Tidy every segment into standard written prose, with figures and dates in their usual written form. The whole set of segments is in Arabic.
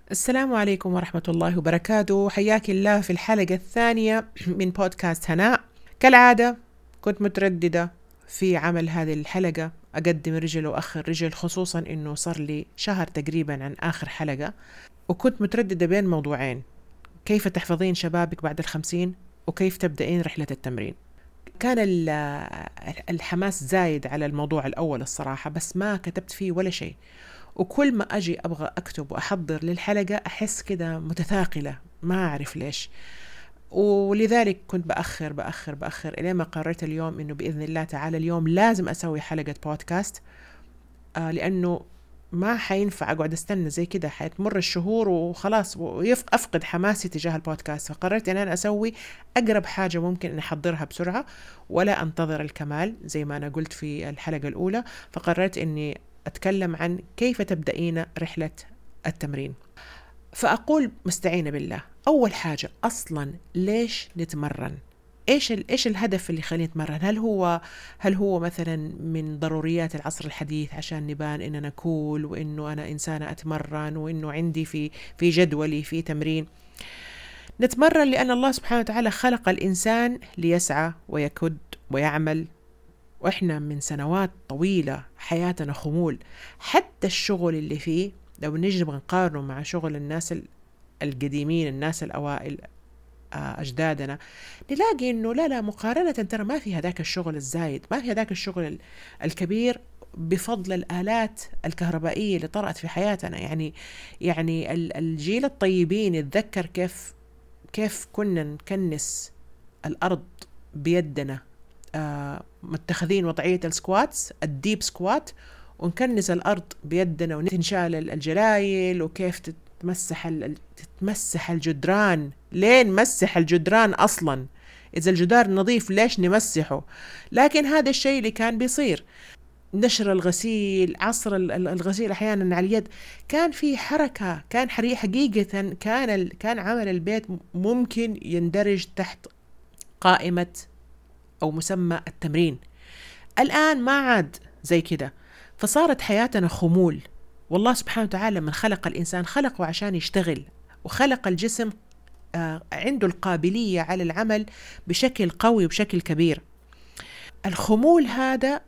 السلام عليكم ورحمة الله وبركاته. حياك الله في الحلقة الثانية من بودكاست هناء. كالعادة كنت مترددة في عمل هذه الحلقة، أقدم رجل وأخر رجل، خصوصا أنه صار لي شهر تقريبا عن آخر حلقة، وكنت مترددة بين موضوعين: كيف تحفظين شبابك بعد 50، وكيف تبدأين رحلة التمرين. كان الحماس زايد على الموضوع الأول الصراحة، بس ما كتبت فيه ولا شيء، وكل ما أجي أبغى أكتب وأحضر للحلقة أحس كده متثاقلة، ما أعرف ليش. ولذلك كنت بأخر إلى ما قررت اليوم إنه بإذن الله تعالى اليوم لازم أسوي حلقة بودكاست. لأنه ما حينفع أقعد أستنى زي كده، حتمر الشهور وخلاص وأفقد حماسي تجاه البودكاست. فقررت أن أنا أسوي أقرب حاجة ممكن أن أحضرها بسرعة ولا أنتظر الكمال زي ما أنا قلت في الحلقة الأولى. فقررت أني أتكلم عن كيف تبدأين رحلة التمرين. فأقول مستعينة بالله، أول حاجة أصلا ليش نتمرن؟ إيش الهدف اللي يخلينا نتمرن؟ هل هو مثلا من ضروريات العصر الحديث عشان نبان إننا كول وإنه أنا إنسانة أتمرن وإنه عندي في جدولي في تمرين؟ نتمرن لأن الله سبحانه وتعالى خلق الإنسان ليسعى ويكد ويعمل، وإحنا من سنوات طويلة حياتنا خمول. حتى الشغل اللي فيه لو نجي نقارنه مع شغل الناس القديمين، الناس الأوائل، أجدادنا، نلاقي إنه لا مقارنة، ترى ما في هذاك الشغل الزايد، ما في هذاك الشغل الكبير بفضل الآلات الكهربائية اللي طرأت في حياتنا. يعني الجيل الطيبين يتذكر كيف كنا نكنس الأرض بيدنا، متخذين وضعية السكواتس، الديب سكوات، ونكنس الأرض بيدنا وننشال الجلايل، وكيف تتمسح الجدران. ليه نمسح الجدران أصلا؟ إذا الجدار نظيف ليش نمسحه؟ لكن هذا الشيء اللي كان بيصير. نشر الغسيل، عصر الغسيل أحيانا على اليد، كان في حركة، كان حقيقة كان عمل البيت ممكن يندرج تحت قائمة أو مسمى التمرين. الآن ما عاد زي كده، فصارت حياتنا خمول. والله سبحانه وتعالى من خلق الإنسان خلقه عشان يشتغل، وخلق الجسم عنده القابلية على العمل بشكل قوي وبشكل كبير. الخمول هذا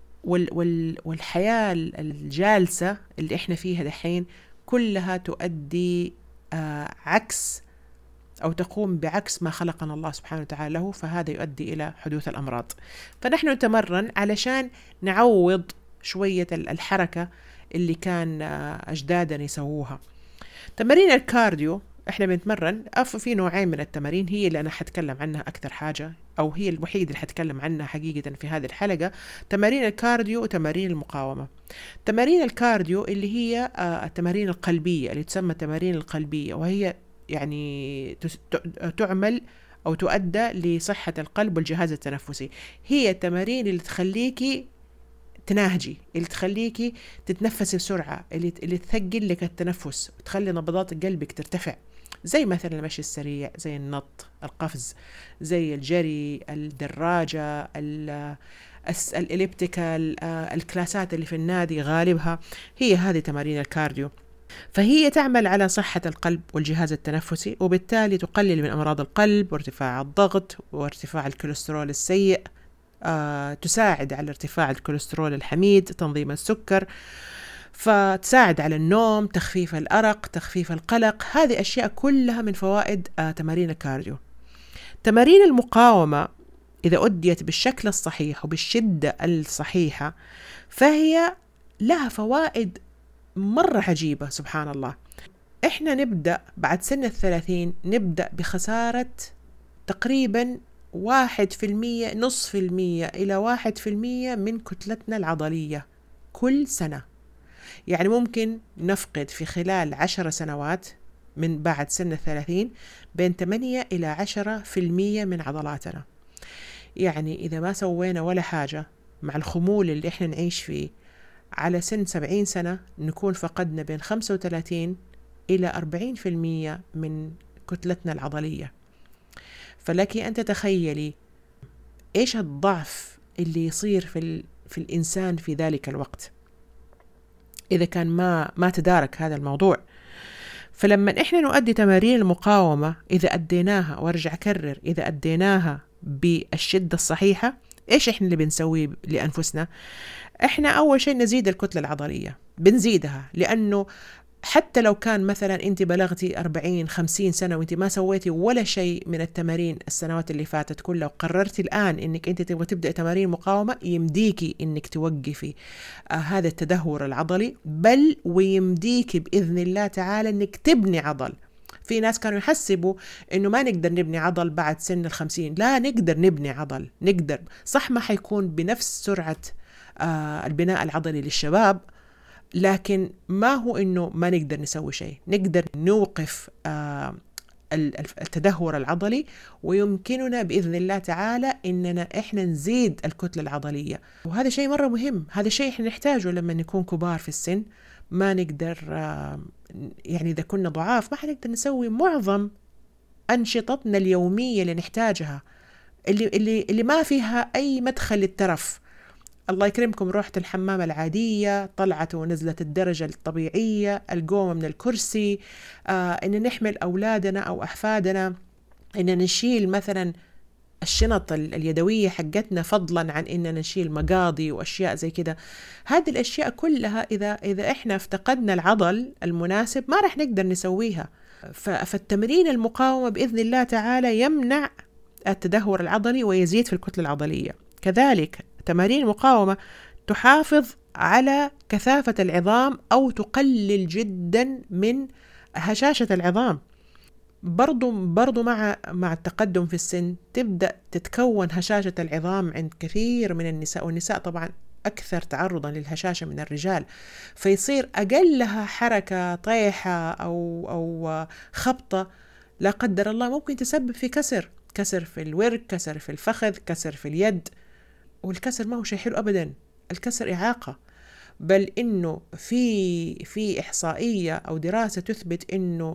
والحياة الجالسة اللي احنا فيها دحين كلها تؤدي عكس أو تقوم بعكس ما خلقنا الله سبحانه وتعالى له، فهذا يؤدي إلى حدوث الأمراض. فنحن نتمرن علشان نعوض شوية الحركة اللي كان أجدادنا يسووها. تمارين الكارديو احنا بنتمرن في نوعين من التمارين، هي اللي انا حتكلم عنها اكثر حاجة، او هي الوحيدة اللي حتكلم عنها حقيقة في هذه الحلقة: تمارين الكارديو وتمارين المقاومة. تمارين الكارديو اللي هي التمارين القلبية، اللي تسمى تمارين القلبية، وهي يعني تعمل أو تؤدى لصحة القلب والجهاز التنفسي. هي التمارين اللي تخليكي تناهجي، اللي تخليكي تتنفسي بسرعة، اللي تثقل لك التنفس وتخلي نبضات قلبك ترتفع، زي مثلا المشي السريع، زي النط، القفز، زي الجري، الدراجة، الإليبتيكال، الكلاسات اللي في النادي غالبها هي هذه تمارين الكارديو. فهي تعمل على صحة القلب والجهاز التنفسي، وبالتالي تقلل من أمراض القلب وارتفاع الضغط وارتفاع الكوليسترول السيء، تساعد على ارتفاع الكوليسترول الحميد، تنظيم السكر، فتساعد على النوم، تخفيف الأرق، تخفيف القلق. هذه أشياء كلها من فوائد تمارين الكارديو. تمارين المقاومة إذا أديت بالشكل الصحيح وبالشدة الصحيحة فهي لها فوائد مرة عجيبة سبحان الله. إحنا نبدأ بعد سن 30 نبدأ بخسارة تقريبا 1%، نصف المية إلى 1% من كتلتنا العضلية كل سنة. يعني ممكن نفقد في خلال 10 سنوات من بعد سن 30 بين 8 إلى 10% من عضلاتنا. يعني إذا ما سوينا ولا حاجة مع الخمول اللي إحنا نعيش فيه، على سن 70 سنة نكون فقدنا بين 35 إلى 40% من كتلتنا العضلية. فلك أن تتخيلي إيش الضعف اللي يصير في الإنسان في ذلك الوقت إذا كان ما تدارك هذا الموضوع. فلما إحنا نؤدي تمارين المقاومة، إذا أديناها، وارجع أكرر، إذا أديناها بالشدة الصحيحة، إيش إحنا اللي بنسويه لأنفسنا؟ إحنا أول شيء نزيد الكتلة العضلية، بنزيدها، لأنه حتى لو كان مثلا أنت بلغتي 40-50 سنة وأنت ما سويتي ولا شيء من التمارين السنوات اللي فاتت كلها، وقررتي الآن أنك أنت تبغى تبدأ تمارين مقاومة، يمديكي أنك توقفي هذا التدهور العضلي، بل ويمديكي بإذن الله تعالى أنك تبني عضل. في ناس كانوا يحسبوا أنه ما نقدر نبني عضل بعد سن 50. لا، نقدر نبني عضل، نقدر. صح ما حيكون بنفس سرعة البناء العضلي للشباب، لكن ما هو إنه ما نقدر نسوي شيء، نقدر نوقف التدهور العضلي، ويمكننا بإذن الله تعالى إننا إحنا نزيد الكتلة العضلية. وهذا شيء مرة مهم، هذا شيء إحنا نحتاجه لما نكون كبار في السن. ما نقدر يعني إذا كنا ضعاف ما حنقدر نسوي معظم أنشطتنا اليومية اللي نحتاجها، اللي ما فيها أي مدخل للترف. الله يكرمكم، روحة الحمام العادية، طلعت ونزلت الدرجة الطبيعية، القوم من الكرسي، إن نحمل أولادنا أو أحفادنا، إن نشيل مثلا الشنط اليدوية حقتنا، فضلا عن إننا نشيل مقاضي وأشياء زي كده. هذه الأشياء كلها إذا إحنا افتقدنا العضل المناسب ما رح نقدر نسويها. فالتمرين المقاومة بإذن الله تعالى يمنع التدهور العضلي ويزيد في الكتلة العضلية. كذلك تمارين المقاومة تحافظ على كثافة العظام أو تقلل جدا من هشاشة العظام. برضو مع التقدم في السن تبدأ تتكون هشاشة العظام عند كثير من النساء، والنساء طبعا أكثر تعرضا للهشاشة من الرجال، فيصير أقلها حركة، طيحة أو خبطة لا قدر الله ممكن تسبب في كسر في الورك، كسر في الفخذ، كسر في اليد. والكسر ما هو شيء حلو أبدا، الكسر إعاقة. بل إنه في إحصائية أو دراسة تثبت إنه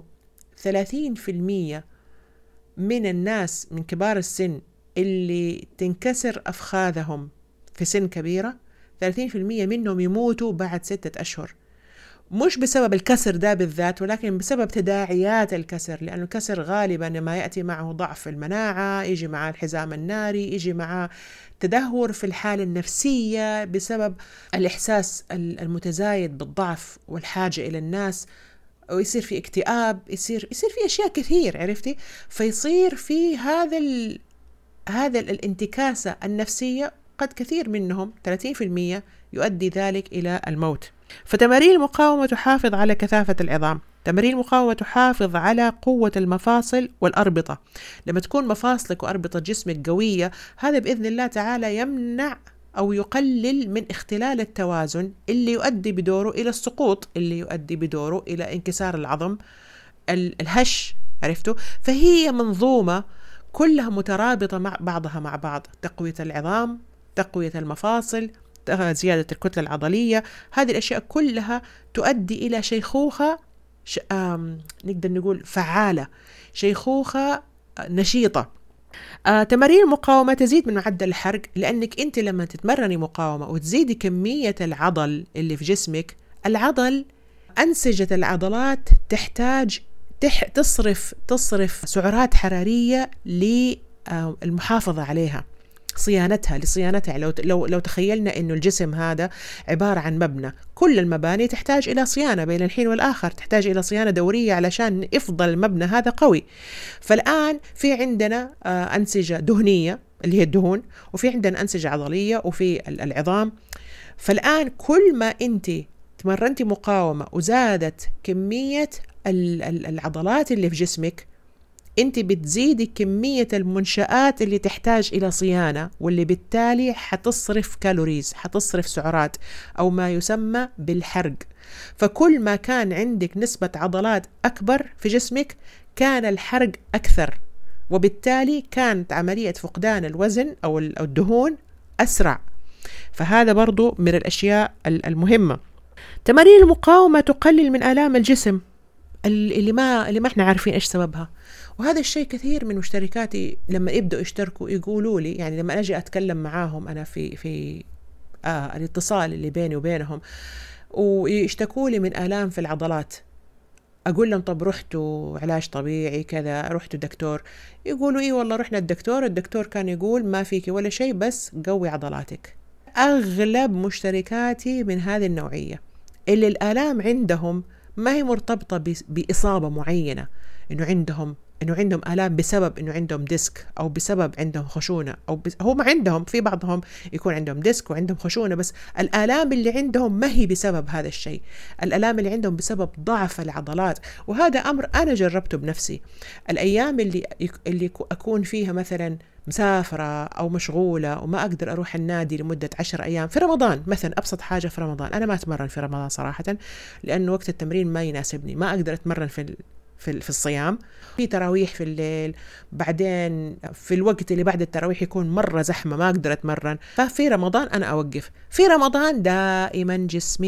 30% من الناس من كبار السن اللي تنكسر أفخاذهم في سن كبيرة، 30% منهم يموتوا بعد 6 أشهر. مش بسبب الكسر ده بالذات، ولكن بسبب تداعيات الكسر، لأن الكسر غالبا ما يأتي معه ضعف المناعة، يجي معه الحزام الناري، يجي معه تدهور في الحالة النفسية بسبب الإحساس المتزايد بالضعف والحاجة إلى الناس، ويصير في اكتئاب، يصير في أشياء كثير، عرفتي؟ فيصير في هذا الانتكاسة النفسية، قد كثير منهم 30% يؤدي ذلك إلى الموت. فتمارين المقاومة تحافظ على كثافة العظام، تمارين المقاومة تحافظ على قوة المفاصل والأربطة. لما تكون مفاصلك وأربطة جسمك قوية، هذا بإذن الله تعالى يمنع أو يقلل من اختلال التوازن اللي يؤدي بدوره إلى السقوط، اللي يؤدي بدوره إلى انكسار العظم، الهش، عرفتوا؟ فهي منظومة كلها مترابطة مع بعضها مع بعض، تقوية العظام، تقوية المفاصل، زيادة الكتلة العضلية. هذه الأشياء كلها تؤدي إلى شيخوخة نقدر نقول فعالة، شيخوخة نشيطة. تمارين المقاومة تزيد من معدل الحرق، لأنك أنت لما تتمرني مقاومة وتزيدي كمية العضل اللي في جسمك، العضل، أنسجة العضلات تحتاج تصرف سعرات حرارية للمحافظة عليها، لصيانتها. لو تخيلنا إنه الجسم هذا عبارة عن مبنى، كل المباني تحتاج إلى صيانة بين الحين والآخر، تحتاج إلى صيانة دورية علشان يفضل المبنى هذا قوي. فالآن في عندنا أنسجة دهنية اللي هي الدهون، وفي عندنا أنسجة عضلية، وفي العظام. فالآن كل ما أنت تمرنتي مقاومة وزادت كمية العضلات اللي في جسمك، انت بتزيدي كمية المنشآت اللي تحتاج الى صيانة، واللي بالتالي حتصرف كالوريز، حتصرف سعرات او ما يسمى بالحرق. فكل ما كان عندك نسبة عضلات اكبر في جسمك كان الحرق اكثر، وبالتالي كانت عملية فقدان الوزن او الدهون اسرع. فهذا برضو من الاشياء المهمة. تمارين المقاومة تقلل من آلام الجسم اللي ما احنا عارفين ايش سببها. وهذا الشيء كثير من مشتركاتي لما يبدأوا يشتركوا يقولوا لي، يعني لما أجي أتكلم معاهم أنا في الاتصال اللي بيني وبينهم، ويشتكوا لي من آلام في العضلات. أقول لهم طب رحتوا علاج طبيعي كذا، رحتوا دكتور؟ يقولوا إيه والله رحنا الدكتور كان يقول ما فيك ولا شيء بس قوي عضلاتك. أغلب مشتركاتي من هذه النوعية اللي الآلام عندهم ما هي مرتبطة بإصابة معينة، إنه عندهم آلام بسبب إنه عندهم ديسك أو بسبب عندهم خشونة أو هم عندهم في بعضهم يكون عندهم ديسك وعندهم خشونة، بس الآلام اللي عندهم ما هي بسبب هذا الشيء، الآلام اللي عندهم بسبب ضعف العضلات. وهذا أمر أنا جربته بنفسي. الأيام اللي أكون فيها مثلا مسافرة أو مشغولة وما أقدر أروح النادي لمدة 10 أيام في رمضان مثلا، أبسط حاجة في رمضان، أنا ما أتمرن في رمضان صراحة لأنه وقت التمرين ما يناسبني، ما أقدر أتمرن في الصيام، في تراويح في الليل، بعدين في الوقت اللي بعد التراويح يكون مرة زحمة ما أقدر أتمرن، ففي رمضان أنا أوقف. في رمضان دائما جسمي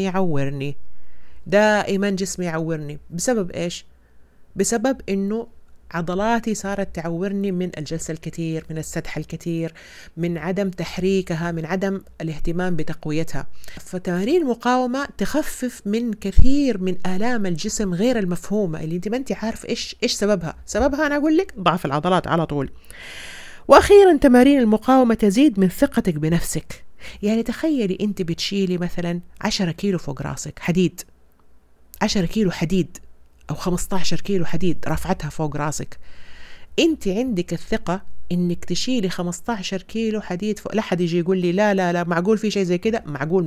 يعورني بسبب إيش؟ بسبب إنه عضلاتي صارت تعورني من الجلسة الكثير، من السدح الكثير، من عدم تحريكها، من عدم الاهتمام بتقويتها. فتمارين المقاومة تخفف من كثير من آلام الجسم غير المفهومة اللي انت ما انت عارف ايش سببها. انا اقول لك ضعف العضلات على طول. واخيرا تمارين المقاومة تزيد من ثقتك بنفسك. يعني تخيلي انت بتشيلي مثلا 10 كيلو فوق راسك حديد، 10 كيلو حديد أو 15 كيلو حديد رفعتها فوق راسك، أنت عندك الثقة إنك تشيلي 15 كيلو حديد فوق. لا حد يجي يقول لي لا معقول في شيء زي كده، معقول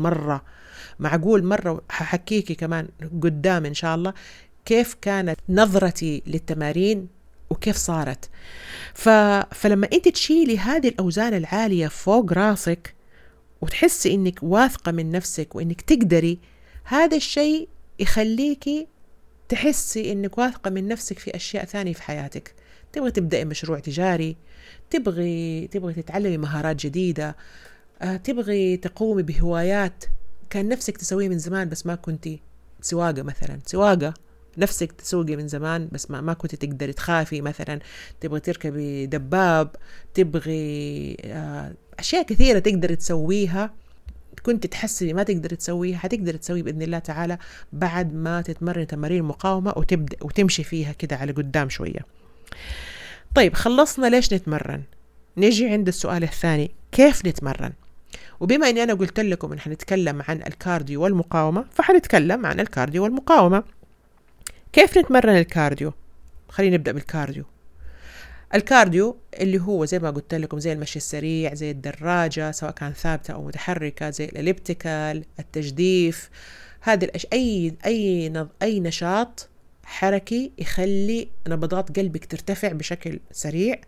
مرة. هحكيكي كمان قدام إن شاء الله كيف كانت نظرتي للتمارين وكيف صارت. فلما أنت تشيلي هذه الأوزان العالية فوق راسك وتحسي إنك واثقة من نفسك وإنك تقدري، هذا الشيء يخليكي تحسي إنك واثقة من نفسك في أشياء ثانية في حياتك. تبغي تبدأي مشروع تجاري، تبغي تتعلمي مهارات جديدة، تبغي تقومي بهوايات كان نفسك تسويه من زمان بس ما كنتي. سواقة نفسك تسوقي من زمان بس ما كنتي تقدري، تخافي مثلا، تبغي تركبي دباب، تبغي أشياء كثيرة تقدري تسويها كنت تحسي ما تقدر تسويها، هتقدر تسوي بإذن الله تعالى بعد ما تتمرن تمارين مقاومة وتمشي فيها كده على قدام شوية. طيب خلصنا ليش نتمرن، نجي عند السؤال الثاني، كيف نتمرن؟ وبما أني أنا قلت لكم إن حنتكلم عن الكارديو والمقاومة، فحنتكلم عن الكارديو والمقاومة. كيف نتمرن الكارديو؟ خلينا نبدأ بالكارديو. الكارديو اللي هو زي ما قلت لكم زي المشي السريع، زي الدراجة سواء كان ثابتة أو متحركة، زي الإليبتيكال، التجديف، هذه أي نشاط حركي يخلي نبضات قلبك ترتفع بشكل سريع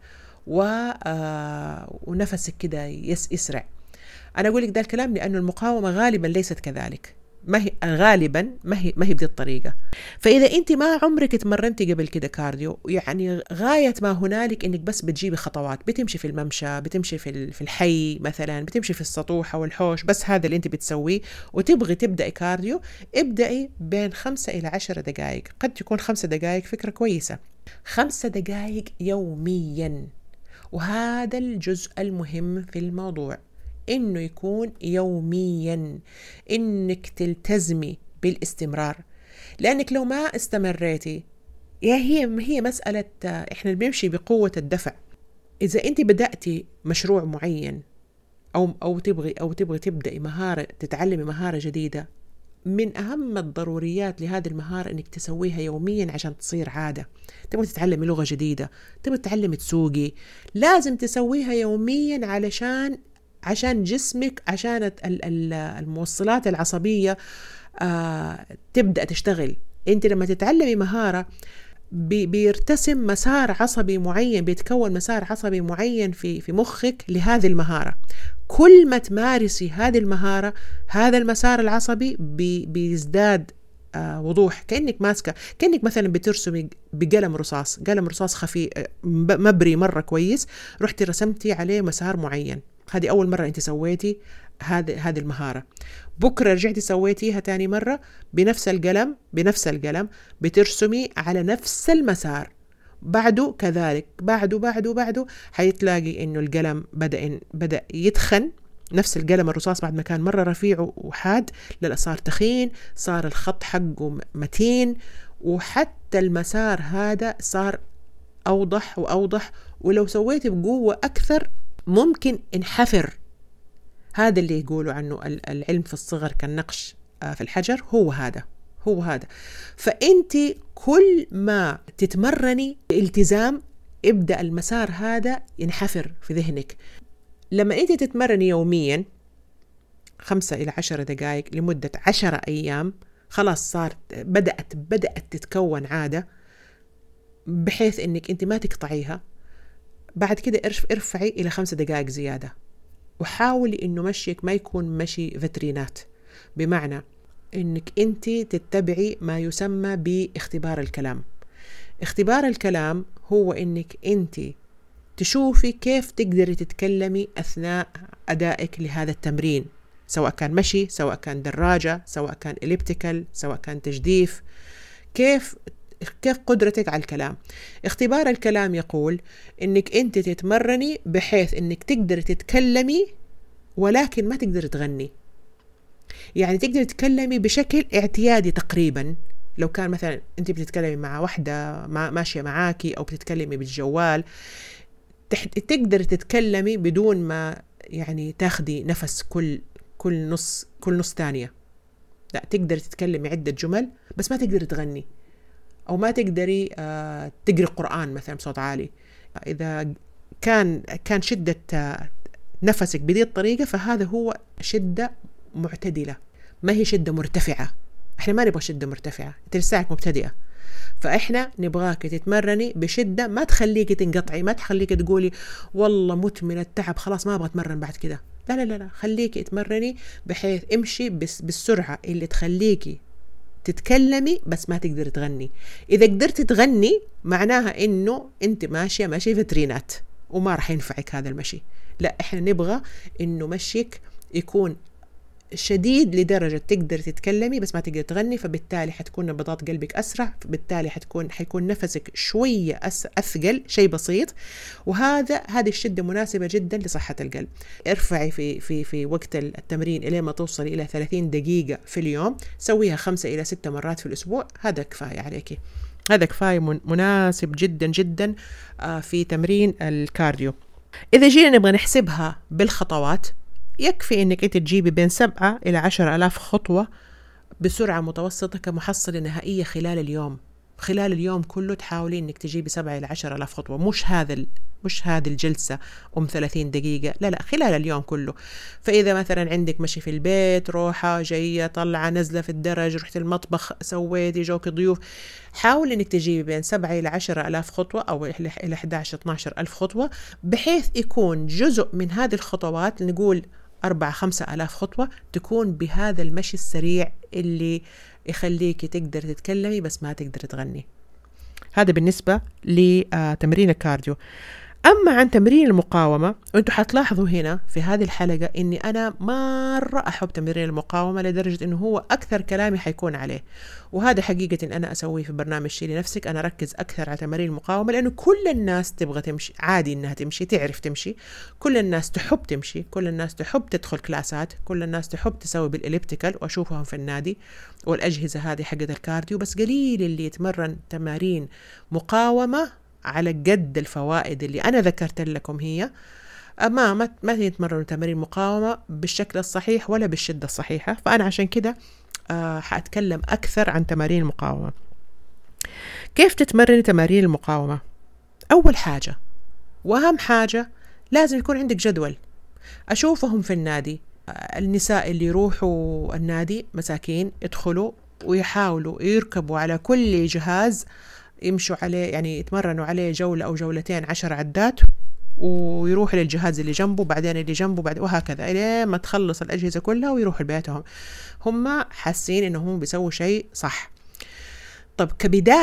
ونفسك كده يسرع. أنا أقول لك ده الكلام لأنه المقاومة غالبا ليست كذلك، ما هي بدي الطريقة. فإذا أنت ما عمرك تمرنتي قبل كده كارديو، يعني غاية ما هنالك إنك بس بتجيبي خطوات، بتمشي في الممشى، بتمشي في الحي مثلا، بتمشي في السطوح أو الحوش، بس هذا اللي أنت بتسويه. وتبغي تبدأي كارديو، ابدأي بين 5 إلى 10 دقائق. قد تكون 5 دقائق فكرة كويسة، 5 دقائق يوميا. وهذا الجزء المهم في الموضوع، إنه يكون يوميا، إنك تلتزمي بالاستمرار. لأنك لو ما استمريتي، هي مسألة إحنا بنمشي بقوة الدفع. إذا أنت بدأتي مشروع معين أو تبغي تبدأي مهارة، تتعلمي مهارة جديدة، من أهم الضروريات لهذه المهارة إنك تسويها يوميا عشان تصير عادة. تبغي تتعلمي لغة جديدة، تبغي تتعلمي تسوقي، لازم تسويها يوميا عشان جسمك، عشان الموصلات العصبية تبدأ تشتغل. انت لما تتعلمي مهارة بيرتسم مسار عصبي معين، بيتكون مسار عصبي معين في مخك لهذه المهارة. كل ما تمارسي هذه المهارة، هذا المسار العصبي بيزداد وضوح، كأنك مثلا بترسمي بقلم رصاص خفيف مبري مرة كويس، رحتي رسمتي عليه مسار معين. هذه أول مرة أنت سويتي هذه المهارة، بكرة رجعتي سويتيها تاني مرة بنفس القلم بترسمي على نفس المسار، بعده كذلك، بعده حيتلاقي إنه القلم بدأ يتخن. نفس القلم الرصاص بعد ما كان مرة رفيع وحاد، صار تخين، صار الخط حقه متين، وحتى المسار هذا صار أوضح وأوضح، ولو سويت بقوة أكثر ممكن انحفر. هذا اللي يقولوا عنه العلم في الصغر كالنقش في الحجر، هو هذا. فأنت كل ما تتمرني التزام ابدأ المسار هذا ينحفر في ذهنك. لما أنت تتمرني يوميا 5 إلى 10 دقائق لمدة 10 أيام، خلاص صارت بدأت تتكون عادة، بحيث أنك أنت ما تقطعيها. بعد كده ارفعي إلى 5 دقائق زيادة، وحاولي أنه مشيك ما يكون مشي فترينات، بمعنى أنك أنت تتبعي ما يسمى باختبار الكلام. اختبار الكلام هو أنك أنت تشوفي كيف تقدري تتكلمي أثناء أدائك لهذا التمرين، سواء كان مشي، سواء كان دراجة، سواء كان إليبتيكال، سواء كان تجديف. كيف قدرتك على الكلام. اختبار الكلام يقول انك انت تتمرني بحيث انك تقدر تتكلمي ولكن ما تقدر تغني. يعني تقدر تتكلمي بشكل اعتيادي تقريبا. لو كان مثلا انت بتتكلمي مع واحدة ماشية معاكي او بتتكلمي بالجوال، تقدر تتكلمي بدون ما يعني تاخدي نفس كل نص ثانية. لا، تقدر تتكلمي عدة جمل بس ما تقدر تغني، أو ما تقدري تقري قرآن مثلا بصوت عالي. إذا كان شدة نفسك بهذه الطريقة، فهذا هو شدة معتدلة، ما هي شدة مرتفعة. إحنا ما نبغى شدة مرتفعة، أنت لساك مبتدئة، فإحنا نبغاك تتمرني بشدة ما تخليك تنقطعي، ما تخليك تقولي والله مت من التعب خلاص ما أبغى أتمرن بعد كده. لا لا لا، خليك تتمرني بحيث امشي بالسرعة اللي تخليكي تتكلمي بس ما تقدر تغني. إذا قدرت تغني معناها إنه أنت ماشية فترينات وما راح ينفعك هذا المشي. لا، إحنا نبغى إنه مشيك يكون شديد لدرجة تقدر تتكلمي بس ما تقدر تغني، فبالتالي حتكون نبضات قلبك أسرع، فبالتالي حيكون نفسك شوية أثقل، شيء بسيط. هذه الشدة مناسبة جدا لصحة القلب. ارفعي في وقت التمرين إلى ما توصل إلى 30 دقيقة في اليوم، سويها 5 إلى 6 مرات في الأسبوع، هذا كفاية عليك، هذا كفاية مناسب جدا جدا في تمرين الكارديو. إذا جينا نبغى نحسبها بالخطوات، يكفي أنك أنت تجيبي بين 7 إلى 10 ألاف خطوة بسرعة متوسطة كمحصلة نهائية خلال اليوم كله. تحاولي أنك تجيبي 7 إلى 10 ألاف خطوة، مش هذه الجلسة 30 دقيقة، لا، خلال اليوم كله. فإذا مثلا عندك مشي في البيت، روحة جاية طلعة نزلة في الدرج، رحت المطبخ، سويتي، جوك ضيوف، حاول أنك تجيبي بين 7 إلى 10 ألاف خطوة أو إلى 11-12 ألف خطوة، بحيث يكون جزء من هذه الخطوات، نقول 4-5 ألاف خطوة، تكون بهذا المشي السريع اللي يخليك تقدر تتكلمي بس ما تقدر تغني. هذا بالنسبة لتمرين الكارديو. أما عن تمرين المقاومة، أنتوا حتلاحظوا هنا في هذه الحلقة أني أنا مرة أحب تمرين المقاومة لدرجة أنه هو أكثر كلامي حيكون عليه، وهذا حقيقة إن أنا أسويه في برنامج شيلي نفسك. أنا أركز أكثر على تمارين المقاومة لأنه كل الناس تبغى تمشي، عادي إنها تمشي، تعرف تمشي، كل الناس تحب تمشي، كل الناس تحب تدخل كلاسات، كل الناس تحب تسوي بالإليبتيكال وأشوفهم في النادي والأجهزة هذه حقت الكارديو. بس قليل اللي يتمرن تمارين مقاومة على قد الفوائد اللي أنا ذكرت لكم هي. ما يتمرنوا تمارين مقاومة بالشكل الصحيح ولا بالشدة الصحيحة. فأنا عشان كده حأتكلم أكثر عن تمارين المقاومة. كيف تتمرن تمارين المقاومة؟ أول حاجة وأهم حاجة لازم يكون عندك جدول. أشوفهم في النادي، النساء اللي يروحوا النادي مساكين يدخلوا ويحاولوا يركبوا على كل جهاز يمشوا عليه، يعني يتمرنوا عليه جولة أو جولتين 10 عدات، ويروح للجهاز اللي جنبه، بعدين اللي جنبه، وهكذا إلى ما تخلص الأجهزة كلها ويروحوا لبيتهم. هم حاسين إنهم بيسووا شيء صح. طب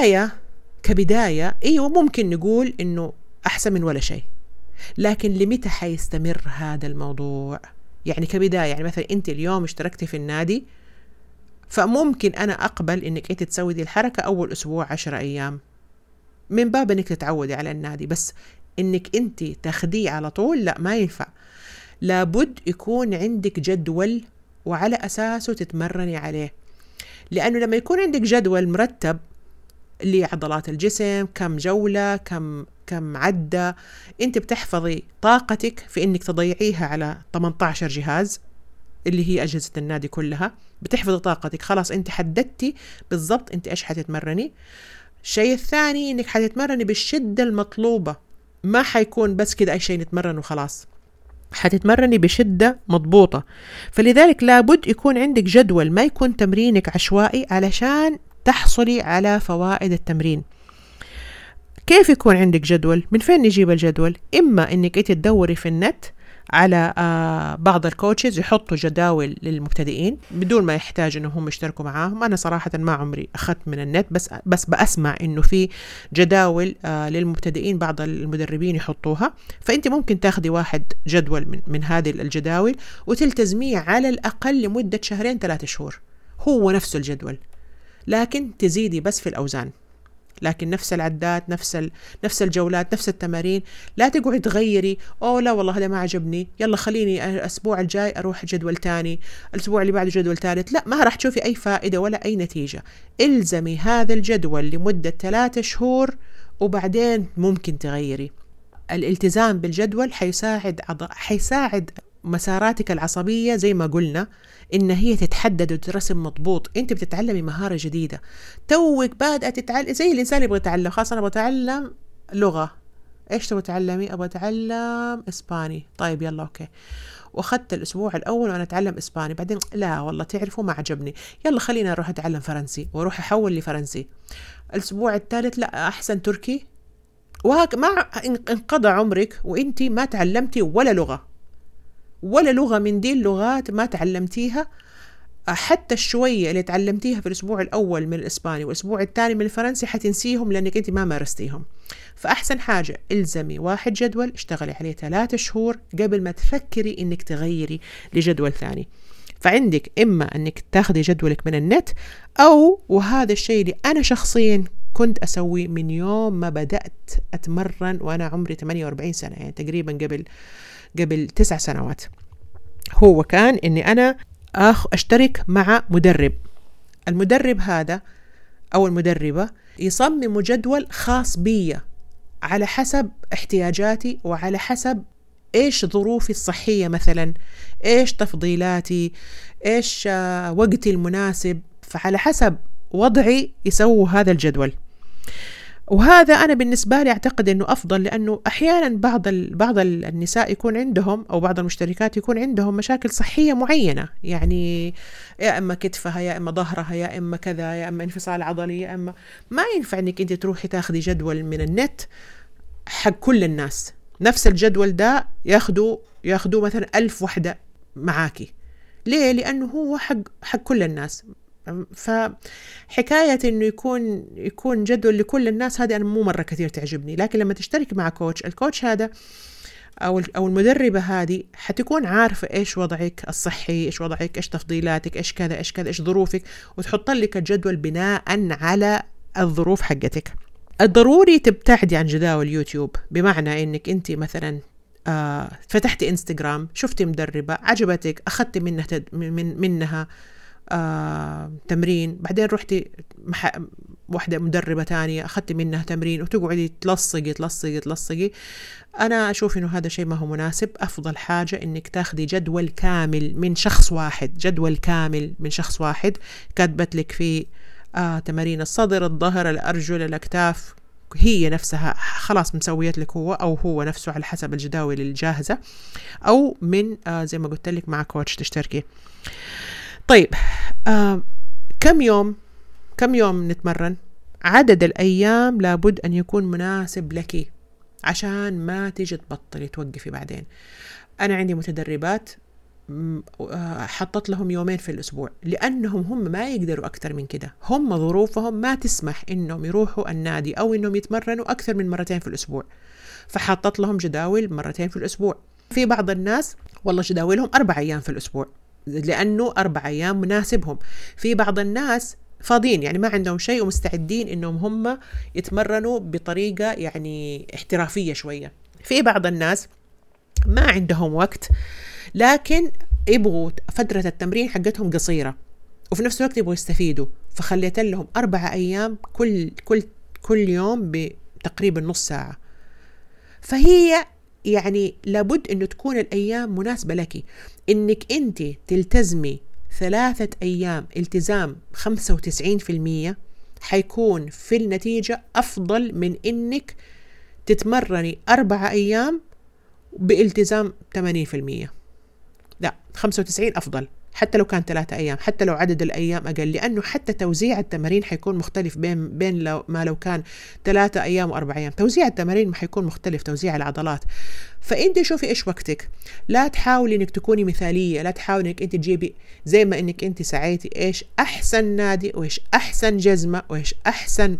كبداية أيوة ممكن نقول إنه أحسن من ولا شيء، لكن لمتى حيستمر هذا الموضوع؟ يعني كبداية، يعني مثلا أنت اليوم اشتركتي في النادي، فممكن أنا أقبل إنك أنت تسوي دي الحركة أول أسبوع 10 أيام من باب إنك تتعودي على النادي، بس إنك أنت تاخديه على طول لا، ما ينفع. لابد يكون عندك جدول وعلى أساسه تتمرني عليه، لأنه لما يكون عندك جدول مرتب لعضلات الجسم، كم جولة، كم عدة. انت بتحفظي طاقتك في انك تضيعيها على 18 جهاز اللي هي أجهزة النادي كلها، بتحفظي طاقتك، خلاص انت حددتي بالضبط انت ايش حتتمرني. الشيء الثاني انك حتتمرني بالشدة المطلوبة، ما حيكون بس كده اي شيء نتمرن وخلاص، حتتمرني بشدة مضبوطة. فلذلك لابد يكون عندك جدول، ما يكون تمرينك عشوائي علشان تحصلي على فوائد التمرين. كيف يكون عندك جدول؟ من فين نجيب الجدول؟ إما إنك أنت تدوري في النت على بعض الكوتشز يحطوا جداول للمبتدئين بدون ما يحتاج انهم يشتركوا معاهم. انا صراحة ما عمري اخذت من النت، بس بأسمع انه في جداول للمبتدئين بعض المدربين يحطوها. فانت ممكن تاخدي واحد جدول من هذه الجداول وتلتزميه على الاقل لمدة 2-3 شهور، هو نفس الجدول، لكن تزيدي بس في الاوزان، لكن نفس العدات، نفس الجولات، نفس التمارين. لا تقعد تغيري، لا والله هذا ما عجبني، يلا خليني الأسبوع الجاي أروح جدول تاني، الأسبوع اللي بعده جدول ثالث. لا، ما راح تشوفي أي فائدة ولا أي نتيجة. إلزمي هذا الجدول لمدة 3 شهور وبعدين ممكن تغيري. الالتزام بالجدول حيساعد مساراتك العصبية زي ما قلنا إن هي تتحدد وترسم مضبوط. أنت بتتعلمي مهارة جديدة، توك بادئة تتعلم، زي الإنسان يبغى يتعلم. خلاص أنا بتعلم لغة، إيش تبغى تعلمي؟ أبغى أتعلم إسباني. طيب يلا أوكي، وأخذت الأسبوع الأول وأنا أتعلم إسباني، بعدين لا والله تعرفوا ما عجبني، يلا خلينا أروح أتعلم فرنسي وأروح أحول لفرنسي. الأسبوع الثالث لا أحسن تركي، ما انقضى عمرك وإنتي ما تعلمتي ولا لغة من دي اللغات ما تعلمتيها. حتى الشوية اللي تعلمتيها في الأسبوع الأول من الإسباني والأسبوع الثاني من الفرنسي حتنسيهم لأنك أنت ما مارستيهم. فأحسن حاجة إلزمي واحد جدول اشتغلي عليه 3 شهور قبل ما تفكري إنك تغيري لجدول ثاني. فعندك إما أنك تاخدي جدولك من النت، أو وهذا الشيء اللي أنا شخصيا كنت أسوي من يوم ما بدأت أتمرن وأنا عمري 48 سنة، يعني تقريبا قبل 9 سنوات، هو كان إني أنا أشترك مع مدرب. المدرب هذا أو المدربة يصمم جدول خاص بي على حسب احتياجاتي وعلى حسب إيش ظروفي الصحية، مثلا إيش تفضيلاتي، إيش وقتي المناسب. فعلى حسب وضعي يسووا هذا الجدول. وهذا أنا بالنسبة لي أعتقد أنه أفضل، لأنه أحيانا بعض النساء يكون عندهم أو بعض المشتركات يكون عندهم مشاكل صحية معينة، يعني يا إما كتفها يا إما ظهرها يا إما كذا يا إما انفصال عضلي يا إما. ما ينفع أنك أنت تروحي تاخدي جدول من النت حق كل الناس. نفس الجدول ده ياخدوا مثلا 1000 وحدة معاكي. ليه؟ لأنه هو حق كل الناس. فحكاية إنه يكون جدول لكل الناس هذه أنا مو مرة كثير تعجبني. لكن لما تشترك مع الكوتش هذا أو المدربة هذه حتكون عارفة إيش وضعك الصحي، إيش وضعك، إيش تفضيلاتك، إيش كذا إيش كذا، إيش ظروفك، وتحط لك الجدول بناء على الظروف حقتك. الضروري تبتعدي عن جداول يوتيوب، بمعنى إنك أنت مثلا فتحتي إنستغرام، شفتي مدربة عجبتك، أخذت منها تمرين، بعدين رحتي واحدة مدربة تانية أخذت منها تمرين وتقعدي تلصقي. أنا أشوف إنه هذا شيء ما هو مناسب. أفضل حاجة إنك تاخدي جدول كامل من شخص واحد، كاتبت لك فيه تمارين الصدر، الظهر، الأرجل، الأكتاف، هي نفسها خلاص مسويت لك هو نفسه على حسب الجداول الجاهزة، أو من زي ما قلت لك مع كوتش تشتركي. طيب كم يوم نتمرن؟ عدد الأيام لابد أن يكون مناسب لك عشان ما تيجي تبطلي توقفي بعدين. أنا عندي متدربات حطت لهم 2 في الأسبوع، لأنهم هم ما يقدروا أكثر من كده، هم ظروفهم ما تسمح إنهم يروحوا النادي أو إنهم يتمرنوا أكثر من 2 في الأسبوع، فحطت لهم جداول 2 في الأسبوع. في بعض الناس والله جداولهم 4 أيام في الأسبوع، لأنه 4 أيام مناسبهم. في بعض الناس فاضيين، يعني ما عندهم شيء ومستعدين إنهم هم يتمرنوا بطريقة يعني احترافية شوية. في بعض الناس ما عندهم وقت، لكن يبغوا فترة التمرين حقتهم قصيرة، وفي نفس الوقت يبغوا يستفيدوا، فخليت لهم 4 أيام كل يوم بتقريبا نص ساعة. فهي يعني لابد أنه تكون الأيام مناسبة لك، إنك أنت تلتزمي 3 أيام التزام 95% حيكون في النتيجة أفضل من إنك تتمرني 4 أيام بالتزام 80%. لا، 95 أفضل حتى لو كان 3 أيام، حتى لو عدد الأيام أقل، لأنه حتى توزيع التمارين حيكون مختلف بين لو كان 3 أيام و4 أيام. توزيع التمارين ما حيكون مختلف، توزيع العضلات. فأنت شوفي إيش وقتك، لا تحاولي إنك تكوني مثالية، لا تحاولي إنك أنت تجيبي زي ما إنك أنت سعيتي إيش أحسن نادي وإيش أحسن جزمة وإيش أحسن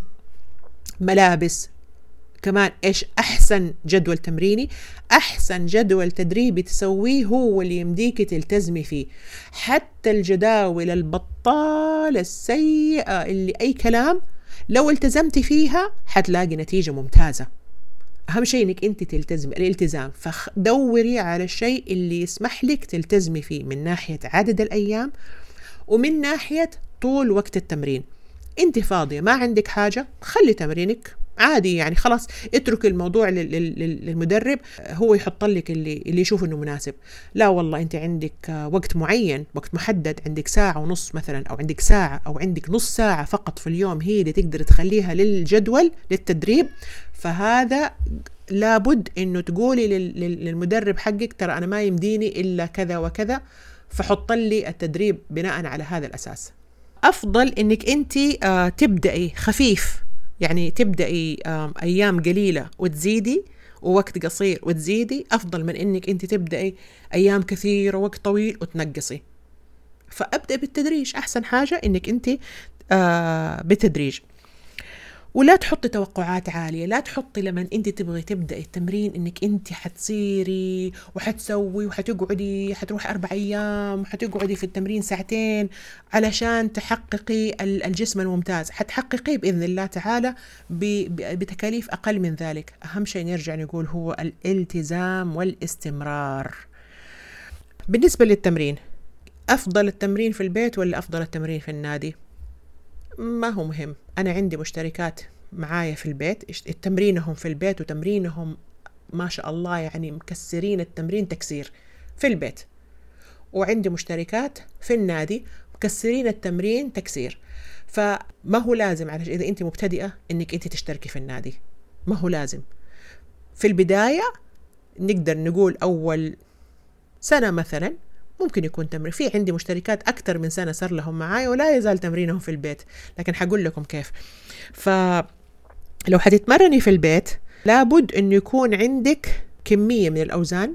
ملابس، كمان إيش أحسن جدول تمريني، أحسن جدول تدريبي تسويه هو اللي يمديك تلتزمي فيه. حتى الجداول البطالة السيئة اللي أي كلام لو التزمتي فيها حتلاقي نتيجة ممتازة. أهم شيء إنك أنت تلتزمي، الالتزام. فدوري على الشيء اللي يسمح لك تلتزمي فيه من ناحية عدد الأيام ومن ناحية طول وقت التمرين. أنت فاضية ما عندك حاجة، خلي تمرينك عادي، يعني خلاص اترك الموضوع للمدرب هو يحط لك اللي يشوف انه مناسب. لا والله انت عندك وقت معين، وقت محدد، عندك 1.5 ساعة مثلا، او عندك ساعة، او عندك نص ساعة فقط في اليوم هي اللي تقدر تخليها للجدول للتدريب. فهذا لابد انه تقولي للمدرب حقك ترى انا ما يمديني الا كذا وكذا، فحط لي التدريب بناء على هذا الاساس. افضل انك انت تبدأي خفيف، يعني تبدأي أيام قليلة وتزيدي، ووقت قصير وتزيدي، أفضل من إنك أنت تبدأي أيام كثير ووقت طويل وتنقصي. فأبدأ بالتدريج، أحسن حاجة إنك أنت بالتدريج. ولا تحطي توقعات عالية، لا تحطي لما أنت تبغي تبدأي التمرين إنك أنت حتصيري وحتسوي وحتقعدي، حتروح 4 أيام وحتقعدي في التمرين 2 ساعة علشان تحققي الجسم الممتاز. حتحققيه بإذن الله تعالى بتكاليف أقل من ذلك. أهم شيء نرجع نقول هو الالتزام والاستمرار. بالنسبة للتمرين، أفضل التمرين في البيت ولا أفضل التمرين في النادي؟ ما هو مهم. أنا عندي مشتركات معايا في البيت، تمرينهم في البيت وتمرينهم ما شاء الله يعني مكسرين التمرين تكسير في البيت، وعندي مشتركات في النادي مكسرين التمرين تكسير. فما هو لازم على إذا أنت مبتدئة إنك أنت تشتركي في النادي، ما هو لازم. في البداية نقدر نقول أول سنة مثلا ممكن يكون تمرين. في عندي مشتركات أكثر من سنة صار لهم معايا ولا يزال تمرينهم في البيت، لكن حقول لكم كيف. فلو حتتمرني في البيت لابد أن يكون عندك كمية من الأوزان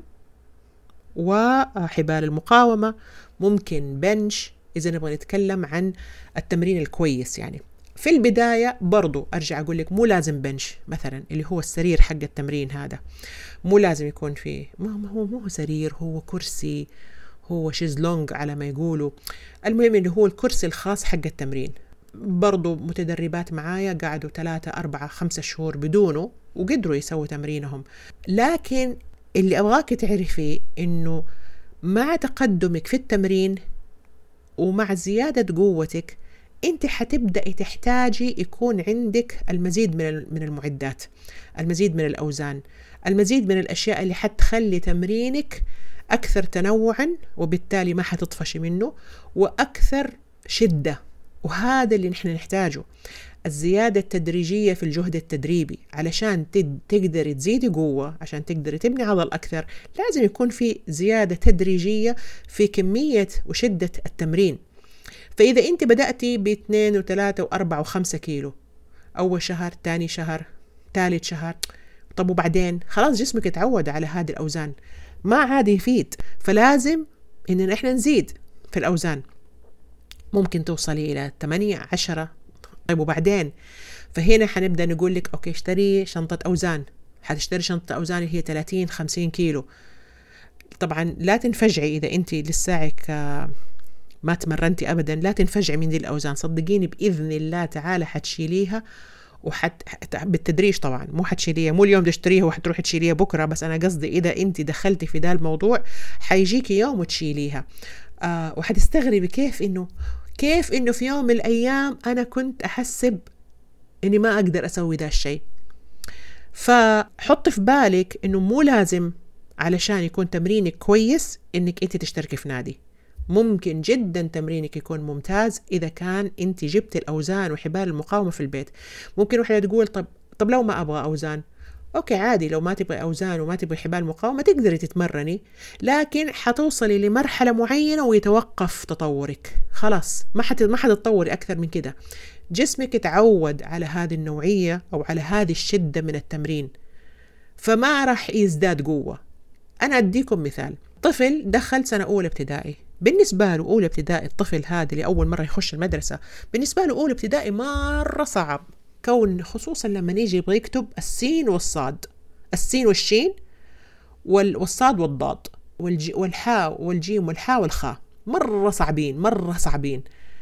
وحبال المقاومة، ممكن بنش إذا نبغى نتكلم عن التمرين الكويس. يعني في البداية برضو أرجع أقول لك مو لازم بنش مثلا اللي هو السرير حق التمرين، هذا مو لازم يكون فيه، مو سرير، هو كرسي، هو شيزلونج على ما يقولوا. المهم إنه هو الكرسي الخاص حق التمرين. برضو متدربات معايا قعدوا 3 4 5 شهور بدونه وقدروا يسووا تمرينهم. لكن اللي أبغاك تعرفي إنه مع تقدمك في التمرين ومع زيادة قوتك أنت حتبدأي تحتاجي يكون عندك المزيد من المعدات، المزيد من الأوزان، المزيد من الأشياء اللي حتخلي تمرينك أكثر تنوعا، وبالتالي ما حتطفشي منه، وأكثر شدة. وهذا اللي نحن نحتاجه، الزيادة التدريجية في الجهد التدريبي. علشان تقدري تزيدي قوة، عشان تقدري تبني عضل أكثر، لازم يكون في زيادة تدريجية في كمية وشدة التمرين. فإذا أنت بدأتي ب2 و3 و4 و5 كيلو أول شهر، تاني شهر، ثالث شهر، طب وبعدين خلاص جسمك يتعود على هذه الأوزان، ما عاد يفيد. فلازم إننا إحنا نزيد في الأوزان، ممكن توصلي إلى 8 10. طيب وبعدين؟ فهنا حنبدأ نقول لك أوكي اشتري شنطة أوزان. حتشتري شنطة أوزان اللي هي 30 50 كيلو. طبعا لا تنفجعي إذا أنت لساعك ما تمرنتي أبدا، لا تنفجعي من ذي الأوزان. صدقيني بإذن الله تعالى حتشيليها، بالتدريج طبعا، مو حتشيليها مو اليوم تشتريها وحتروحي تشيليها بكرة. بس أنا قصدي إذا أنت دخلتي في ذا الموضوع حيجيكي يوم وتشيليها. وحتستغربي كيف إنه كيف إنه في يوم من الأيام أنا كنت أحسب إني ما أقدر أسوي ده الشيء. فحط في بالك إنه مو لازم علشان يكون تمرينك كويس إنك أنت تشتركي في نادي. ممكن جدا تمرينك يكون ممتاز إذا كان أنت جبت الأوزان وحبال المقاومة في البيت. ممكن واحدة تقول طب لو ما أبغى أوزان، أوكي عادي، لو ما تبغي أوزان وما تبغي حبال مقاومة تقدري تتمرني، لكن حتوصلي لمرحلة معينة ويتوقف تطورك، خلاص ما حتتطوري أكثر من كده. جسمك تعود على هذه النوعية أو على هذه الشدة من التمرين، فما راح يزداد قوة. أنا أديكم مثال، طفل دخل سنة أولى ابتدائي، بالنسبة له أولى ابتدائي الطفل هذا اللي أول مرة يخش المدرسة، بالنسبة له أولى ابتدائي مرة صعب، خصوصا لما يجي يبغى يكتب السين والصاد، السين والشين والصاد والضاد والحاء والجيم والحاء والخاء، مرة صعبين.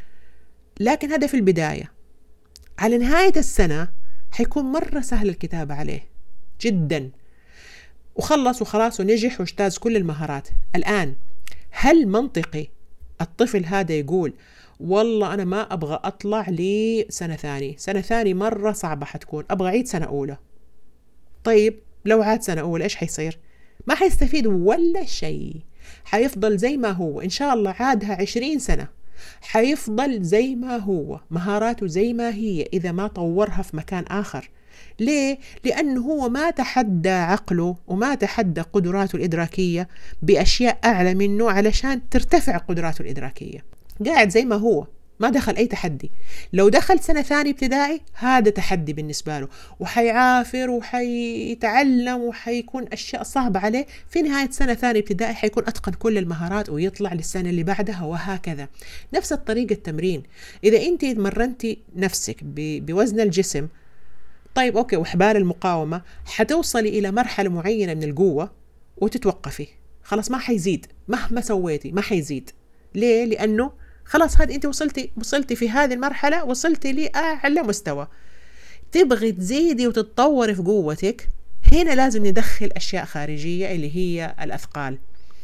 لكن هذا في البداية. على نهاية السنة حيكون مرة سهل الكتابة عليه جدا، وخلص وخلاص ونجح واجتاز كل المهارات. الآن هل منطقي الطفل هذا يقول والله أنا ما أبغى أطلع لي سنة ثاني مرة صعبة حتكون، أبغى أعيد سنة أولى؟ طيب لو عاد سنة أولى إيش حيصير؟ ما حيستفيد ولا شيء، حيفضل زي ما هو. إن شاء الله عادها 20 سنة حيفضل زي ما هو، مهاراته زي ما هي إذا ما طورها في مكان آخر. ليه؟ لأنه هو ما تحدى عقله وما تحدى قدراته الإدراكية بأشياء أعلى منه علشان ترتفع قدراته الإدراكية، قاعد زي ما هو، ما دخل أي تحدي. لو دخل سنة ثاني ابتدائي هذا تحدي بالنسبة له، وحيعافر وحيتعلم وحيكون أشياء صعبة عليه. في نهاية سنة ثاني ابتدائي حيكون أتقن كل المهارات ويطلع للسنة اللي بعدها، وهكذا. نفس الطريقة التمرين، إذا أنت مرنتي نفسك بوزن الجسم، طيب أوكي، وحبال المقاومة، حتوصلي إلى مرحلة معينة من القوة وتتوقفي، خلاص ما حيزيد مهما سويتي، ما حيزيد. ليه؟ لأنه خلاص هذه أنت وصلتي في هذه المرحلة، وصلتي لأعلى مستوى. تبغي تزيدي وتتطوري في قوتك، هنا لازم ندخل أشياء خارجية اللي هي الأثقال.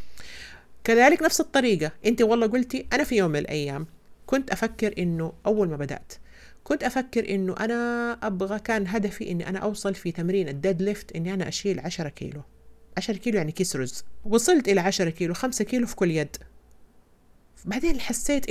كذلك نفس الطريقة، أنت والله قلتي أنا في يوم من الأيام كنت أفكر إنه أول ما بدأت كنت أفكر إنه أنا أبغى، كان هدفي إني أنا أوصل في تمرين الديد ليفت إني أنا أشيل 10 كيلو. 10 كيلو يعني كيس رز. وصلت إلى 10 كيلو، 5 كيلو في كل يد. بعدين حسيت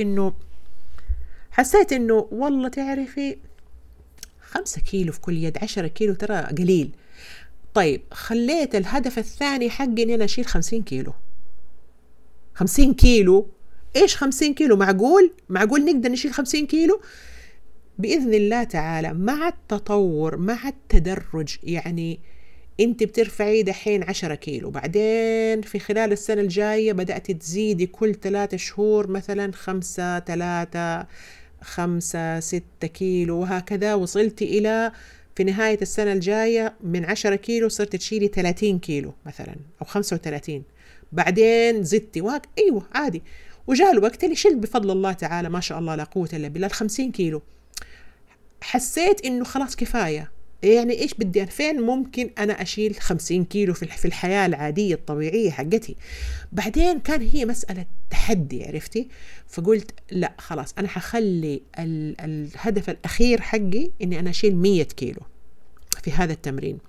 إنه والله تعرفي 5 كيلو في كل يد، 10 كيلو ترى قليل. طيب خليت الهدف الثاني حقي إني أنا أشيل 50 كيلو. 50 كيلو إيش 50 كيلو؟ معقول نقدر نشيل 50 كيلو بإذن الله تعالى مع التطور، مع التدرج. يعني أنت بترفعي دحين 10 كيلو، بعدين في خلال السنة الجاية بدأت تزيدي كل 3 شهور مثلا 5 3 5 6 كيلو، وهكذا وصلتي إلى في نهاية السنة الجاية من 10 كيلو صرت تشيلي 30 كيلو مثلا أو 35، بعدين زدتي أيوة عادي. وجاء الوقت اللي شلت بفضل الله تعالى ما شاء الله لا قوة إلا بالله 50 كيلو. حسيت إنه خلاص كفاية، يعني إيش بدي أنا؟ فين ممكن أنا أشيل 50 كيلو في الحياة العادية الطبيعية حقتي؟ بعدين كان هي مسألة تحدي، عرفتي؟ فقلت لا خلاص أنا حخلي الهدف الأخير حقي إني أنا أشيل 100 كيلو في هذا التمرين.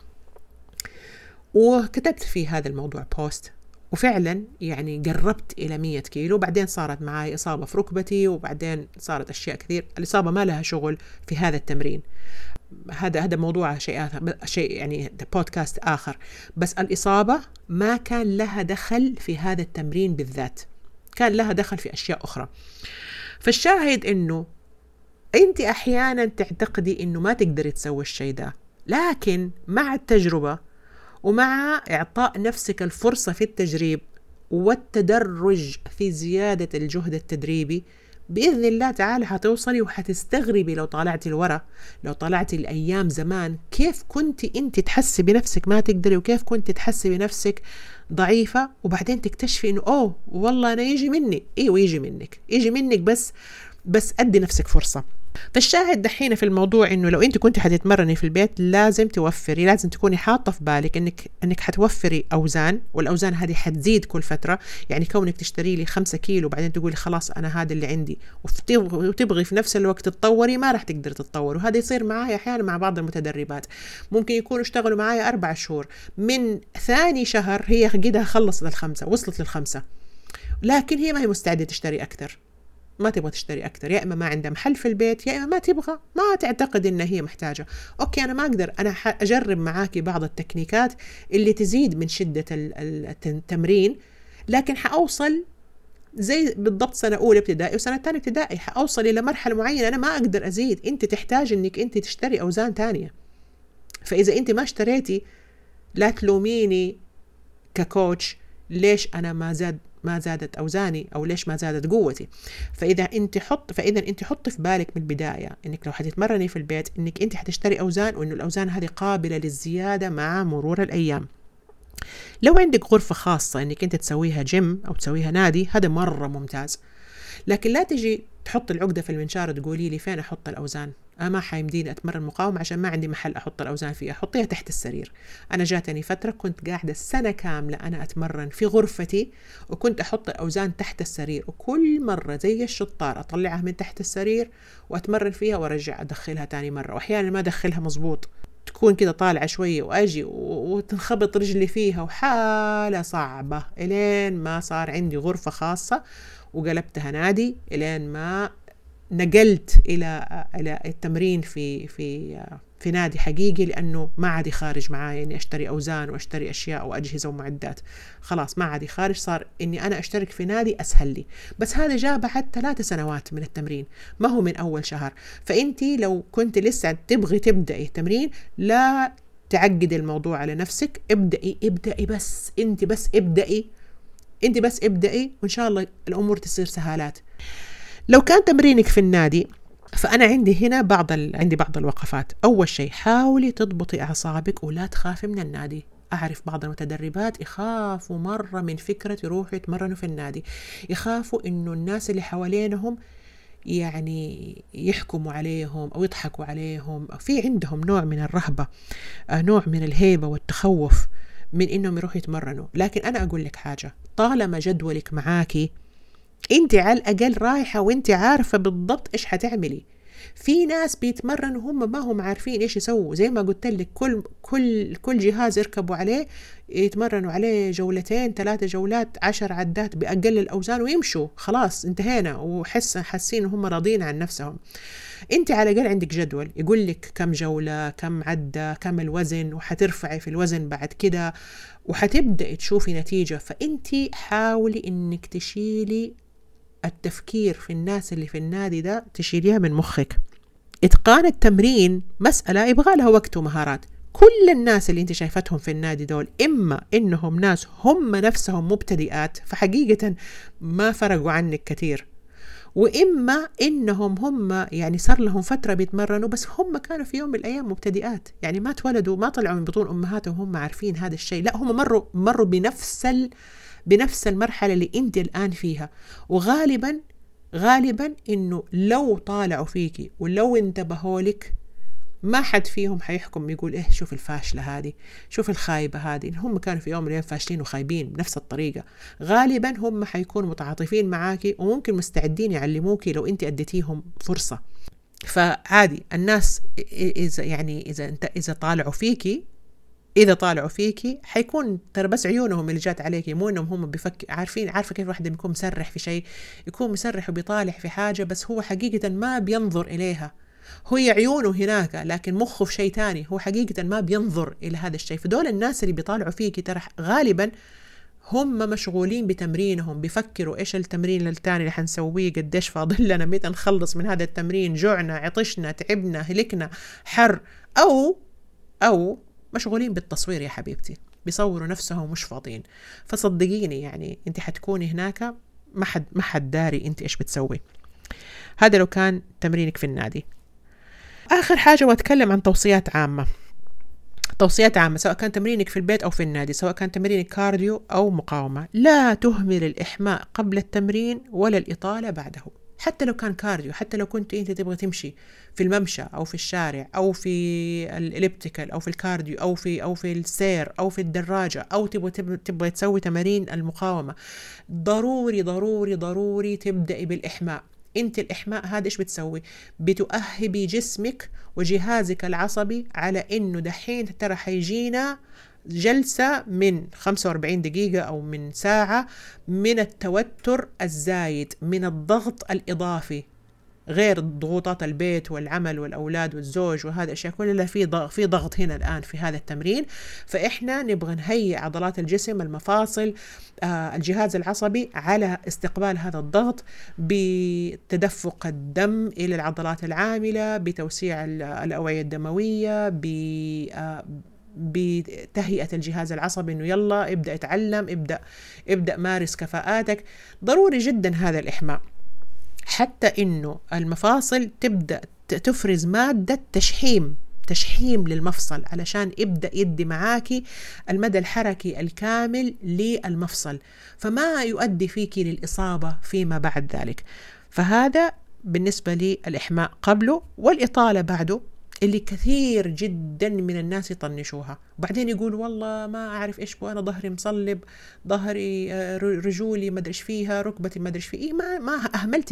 وكتبت في هذا الموضوع بوست، وفعلا يعني قربت إلى 100 كيلو. بعدين صارت معي إصابة في ركبتي، وبعدين صارت أشياء كثير. الإصابة ما لها شغل في هذا التمرين، هذا موضوع شيء يعني بودكاست آخر. بس الإصابة ما كان لها دخل في هذا التمرين بالذات، كان لها دخل في أشياء أخرى. فالشاهد إنه أنت أحيانا تعتقدي إنه ما تقدري تسوي الشيء ده، لكن مع التجربة ومع إعطاء نفسك الفرصة في التجريب والتدرج في زيادة الجهد التدريبي، بإذن الله تعالى حتوصلي وحتستغربي لو طالعتي الورا، لو طالعتي الأيام زمان كيف كنت أنت تحسي بنفسك ما تقدري، وكيف كنت تحسي بنفسك ضعيفة، وبعدين تكتشفي إنه والله أنا يجي مني. إيه ويجي منك، يجي منك، بس أدي نفسك فرصة. فالشاهد دحين في الموضوع انه لو انت كنت حتتمرني في البيت لازم توفري، لازم تكوني حاطه في بالك انك حتوفري اوزان، والاوزان هذه حتزيد كل فتره. يعني كونك تشتري لي 5 كيلو وبعدين تقولي خلاص انا هذا اللي عندي، وتبغي في نفس الوقت تتطوري، ما راح تقدر تتطور. وهذا يصير معايا احيانا مع بعض المتدربات، ممكن يكونوا اشتغلوا معايا 4 شهور، من ثاني شهر هي قدها خلصت ال5، وصلت ل5، لكن هي ما هي مستعده تشتري اكثر، ما تبغى تشتري أكتر، يا إما ما عندها محل في البيت، يا إما ما تبغى، ما تعتقد إن هي محتاجة. أوكي أنا ما أقدر، أنا أجرب معاكي بعض التكنيكات اللي تزيد من شدة التمرين، لكن حأوصل زي بالضبط سنة أولى ابتدائي وسنة تانية ابتدائي، حأوصل إلى مرحلة معينة أنا ما أقدر أزيد. أنت تحتاج إنك أنت تشتري أوزان تانية. فإذا أنت ما اشتريتي لا تلوميني ككوتش ليش أنا ما زادت أوزاني أو ليش ما زادت قوتي. فإذا أنت حط في بالك من البداية إنك لو حتتمرني في البيت إنك أنت حتشتري أوزان، وإنه الأوزان هذه قابلة للزيادة مع مرور الأيام. لو عندك غرفة خاصة إنك أنت تسويها جيم أو تسويها نادي، هذا مرة ممتاز. لكن لا تجي تحط العقدة في المنشار تقولي لي فين أحط الأوزان، ما حيمديني أتمرن مقاومة عشان ما عندي محل أحط الأوزان فيها، حطيها تحت السرير. أنا جاتني فترة كنت قاعدة سنة كاملة أنا أتمرن في غرفتي، وكنت أحط الأوزان تحت السرير، وكل مرة زي الشطار أطلعها من تحت السرير وأتمرن فيها وأرجع أدخلها تاني مرة، وأحيانا ما أدخلها مزبوط، تكون كده طالعة شوية وأجي وتنخبط رجلي فيها، وحالة صعبة إلين ما صار عندي غرفة خاصة وقلبتها نادي، إلين ما نقلت إلى التمرين في نادي حقيقي، لأنه ما عاد خارج معايا إني أشتري أوزان وأشتري أشياء وأجهزة ومعدات، خلاص ما عاد خارج، صار إني أنا أشترك في نادي أسهل لي. بس هذا جاء بعد 3 سنوات من التمرين، ما هو من أول شهر. فأنتي لو كنت لسه تبغي تبدأي التمرين لا تعقدي الموضوع على نفسك، ابدأي بس، انت بس ابدأي وإن شاء الله الأمور تصير سهالات. لو كان تمرينك في النادي، فأنا عندي بعض الوقفات. أول شيء حاولي تضبطي أعصابك ولا تخافي من النادي. أعرف بعض المتدربات يخافوا مرة من فكرة يروحوا يتمرنوا في النادي، يخافوا إنه الناس اللي حوالينهم يعني يحكموا عليهم أو يضحكوا عليهم، في عندهم نوع من الرهبة، نوع من الهيبة والتخوف من إنهم يروحوا يتمرنوا. لكن أنا أقول لك حاجة، طالما جدولك معاكي انت على الأقل رايحة وانت عارفة بالضبط ايش حتعملي. في ناس بيتمرنوا هم ما هم عارفين ايش يسووا، زي ما قلت لك كل جهاز يركبوا عليه يتمرنوا عليه 2 3 جولات 10 عدات بأقل الأوزان ويمشوا، خلاص انتهينا، حاسين هم راضين عن نفسهم. انت على الأقل عندك جدول يقول لك كم جولة، كم عدة، كم الوزن، وحترفعي في الوزن بعد كده وحتبدأ تشوفي نتيجة. فانت حاولي انك تشيلي التفكير في الناس اللي في النادي ده، تشيليها من مخك. إتقان التمرين مسألة يبغى لها وقت ومهارات. كل الناس اللي انت شايفتهم في النادي دول إما إنهم ناس هم نفسهم مبتدئات فحقيقة ما فرقوا عنك كثير، وإما إنهم هم يعني صار لهم فترة بيتمرنوا بس هم كانوا في يوم من الأيام مبتدئات، يعني ما تولدوا ما طلعوا من بطون أمهاتهم هم عارفين هذا الشيء، لا هم مروا بنفس المرحلة اللي انت الآن فيها. وغالبا إنه لو طالعوا فيكي ولو انتبهوا لك ما حد فيهم حيحكم يقول إيه شوف الفاشلة هذه، شوف الخايبة هذه. هم كانوا في يوم من الأيام فاشلين وخايبين بنفس الطريقة. غالبا هم حيكونوا متعاطفين معاكي وممكن مستعدين يعلموكي لو انت اديتيهم فرصة. فعادي الناس إذا طالعوا فيكي حيكون ترى بس عيونهم اللي جات عليكي، مو انهم هم عارفة كيف واحد بيكون مسرح في شيء، يكون مسرح وبيطالع في حاجة بس هو حقيقة ما بينظر إليها، هي عيونه هناك لكن مخه في شيء تاني، هو حقيقة ما بينظر إلى هذا الشيء. فدول الناس اللي بيطالعوا فيكي ترى غالبا هم مشغولين بتمرينهم، بيفكروا إيش التمرين الثاني اللي حنسويه، قديش فاضل لنا، متى نخلص من هذا التمرين، جوعنا، عطشنا، تعبنا، هلكنا، حر، أو مشغولين بالتصوير يا حبيبتي، بيصوروا نفسهم مش فاضيين. فصدقيني يعني انت حتكوني هناك ما حد داري انت ايش بتسوي. هذا لو كان تمرينك في النادي. آخر حاجة واتكلم عن توصيات عامة سواء كان تمرينك في البيت أو في النادي، سواء كان تمرينك كارديو أو مقاومة. لا تهمل الإحماء قبل التمرين ولا الإطالة بعده. حتى لو كان كارديو، حتى لو كنت انت تبغى تمشي في الممشى او في الشارع او في الاليبتيكال او في الكارديو او في السير او في الدراجة او تبغى تسوي تمارين المقاومة، ضروري ضروري ضروري تبدأي بالإحماء. انت الإحماء هذا ايش بتسوي؟ بتؤهبي جسمك وجهازك العصبي على انه دحين ترى حيجينا جلسة من 45 دقيقة أو من ساعة من التوتر الزايد، من الضغط الإضافي، غير ضغوطات البيت والعمل والأولاد والزوج وهذا الأشياء كلها. في ضغط هنا الآن في هذا التمرين، فإحنا نبغى نهيئ عضلات الجسم، المفاصل، الجهاز العصبي على استقبال هذا الضغط بتدفق الدم إلى العضلات العاملة، بتوسيع الأوعية الدموية، بتهيئة الجهاز العصبي إنه يلا ابدأ اتعلم، ابدأ مارس كفاءاتك. ضروري جدا هذا الإحماء، حتى إنه المفاصل تبدأ تفرز مادة تشحيم للمفصل علشان يبدأ يدي معاكي المدى الحركي الكامل للمفصل، فما يؤدي فيكي للإصابة فيما بعد ذلك. فهذا بالنسبة لي الإحماء قبله، والإطالة بعده اللي كثير جدا من الناس يطنشوها، وبعدين يقول والله ما أعرف إيش أنا ظهري مصلب، ظهري رجولي ما أدري إيش فيها، ركبتي ما أدري إيش فيها. ما أهملت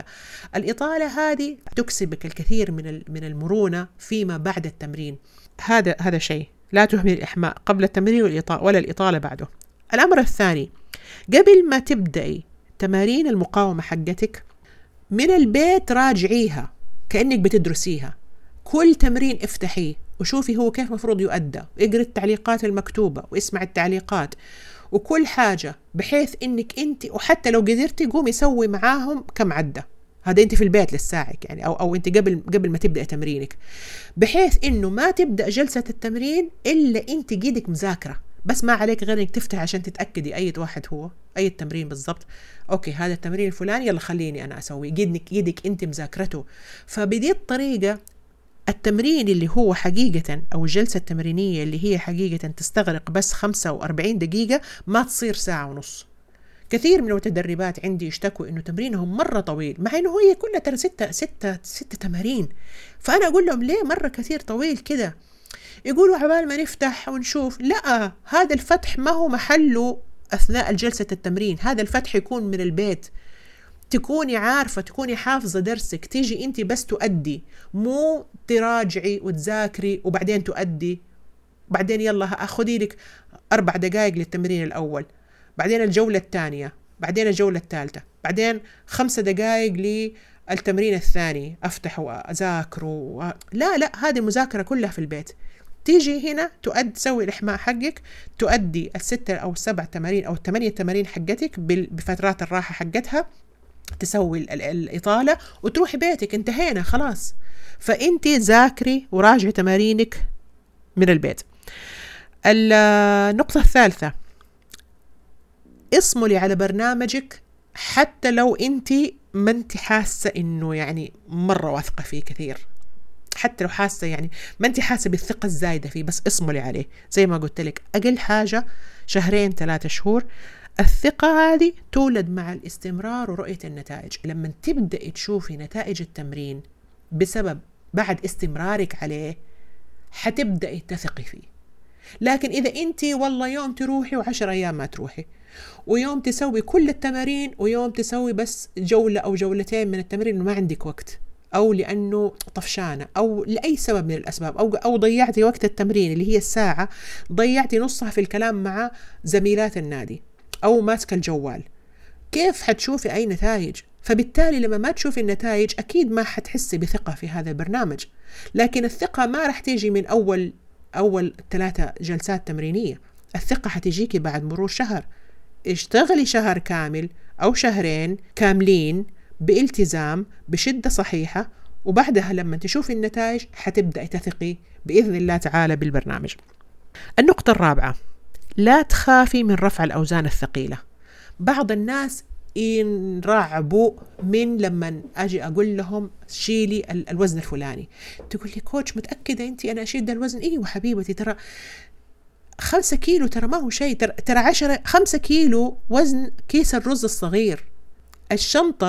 الإطالة هذه تكسبك الكثير من المرونة فيما بعد التمرين. هذا شيء لا تهمل الإحماء قبل التمرين ولا الإطالة بعده. الأمر الثاني، قبل ما تبدأي تمارين المقاومة حقتك من البيت راجعيها كأنك بتدرسيها. كل تمرين افتحيه وشوفي هو كيف مفروض يؤدى، اقرأ التعليقات المكتوبة واسمع التعليقات وكل حاجة، بحيث انك انت وحتى لو قدرتي قومي سوي معاهم كم عدة. هذا انت في البيت لساعك يعني، او انت قبل ما تبدأ تمرينك، بحيث انه ما تبدأ جلسة التمرين الا انت ايدك مذاكرة، بس ما عليك غير انك تفتح عشان تتأكدي اي واحد هو اي التمرين بالضبط. اوكي هذا التمرين الفلاني يلا خليني انا اسوي، ايدك انت مذاكرته. فبدي الطريقة التمرين اللي هو حقيقة أو الجلسة التمرينية اللي هي حقيقة تستغرق بس 45 دقيقة ما تصير ساعة ونص. كثير من المتدربات عندي يشتكوا إنه تمرينهم مرة طويل، مع إنه هي كلها ترى ستة تمارين. فأنا أقول لهم ليه مرة كثير طويل كده؟ يقولوا عبال ما نفتح ونشوف. لا، هذا الفتح ما هو محله أثناء جلسة التمرين، هذا الفتح يكون من البيت، تكوني عارفة، تكوني حافظة درسك، تيجي انت بس تؤدي، مو تراجعي وتذاكري وبعدين تؤدي، بعدين يلا أخذي لك 4 دقائق للتمرين الأول، بعدين الجولة الثانية، بعدين الجولة الثالثة، بعدين 5 دقائق للتمرين الثاني أفتح وأذاكر لا هذه مذاكرة كلها في البيت. تيجي هنا تسوي الإحماء حقك، تؤدي 6 أو 7 تمارين أو 8 تمارين حقتك بفترات الراحة حقتها، تسوي الإطالة وتروحي بيتك، انتهينا خلاص. فأنت ذاكري وراجعي تمارينك من البيت. النقطة الثالثة، اصملي على برنامجك حتى لو أنت ما انت حاسة إنه يعني مرة واثقة فيه كثير، حتى لو حاسة يعني ما انت حاسة بالثقة الزايدة فيه، بس اصملي عليه. زي ما قلت لك أقل حاجة 2-3 شهور. الثقة هذه تولد مع الاستمرار ورؤية النتائج. لما تبدأي تشوفي نتائج التمرين بسبب بعد استمرارك عليه حتبدأي تثقي فيه. لكن إذا أنت والله يوم تروحي و10 أيام ما تروحي، ويوم تسوي كل التمارين ويوم تسوي بس جولة أو جولتين من التمرين وما عندك وقت، أو لأنه طفشانة أو لأي سبب من الأسباب، أو ضيعتي وقت التمرين اللي هي الساعة ضيعتي نصها في الكلام مع زميلات النادي أو ماسك الجوال، كيف حتشوفي أي نتائج؟ فبالتالي لما ما تشوفي النتائج أكيد ما حتحسي بثقة في هذا البرنامج. لكن الثقة ما رح تيجي من أول 3 جلسات تمرينية، الثقة حتيجيكي بعد مرور شهر. اشتغلي شهر كامل أو 2 كاملين بالتزام بشدة صحيحة، وبعدها لما تشوفي النتائج حتبدأي تثقي بإذن الله تعالى بالبرنامج. النقطة الرابعة، لا تخافي من رفع الأوزان الثقيلة. بعض الناس ينرعبوا من لما أجي أقول لهم شيلي الوزن الفلاني، تقول لي كوتش متأكدة أنت أنا أشيل ده الوزن؟ إيه وحبيبتي، ترى 5 كيلو ترى ما هو شيء، ترى 5 كيلو وزن كيس الرز الصغير. الشنطة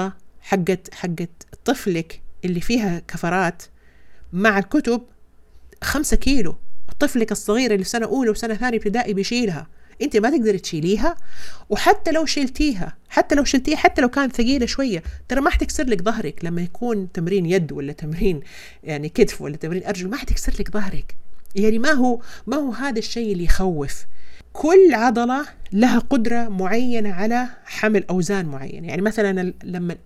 حقت طفلك اللي فيها كفرات مع الكتب 5 كيلو. طفلك الصغير اللي في سنة أولى وسنة ثانية ابتدائي بيشيلها، انت ما تقدر تشيليها. وحتى لو شلتيها، حتى لو كانت ثقيلة شوية، ترى ما حتكسر لك ظهرك. لما يكون تمرين يد ولا تمرين يعني كتف ولا تمرين أرجل ما حتكسر لك ظهرك. يعني ما هو هذا الشيء اللي يخوف. كل عضلة لها قدرة معينة على حمل أوزان معينة. يعني مثلا لما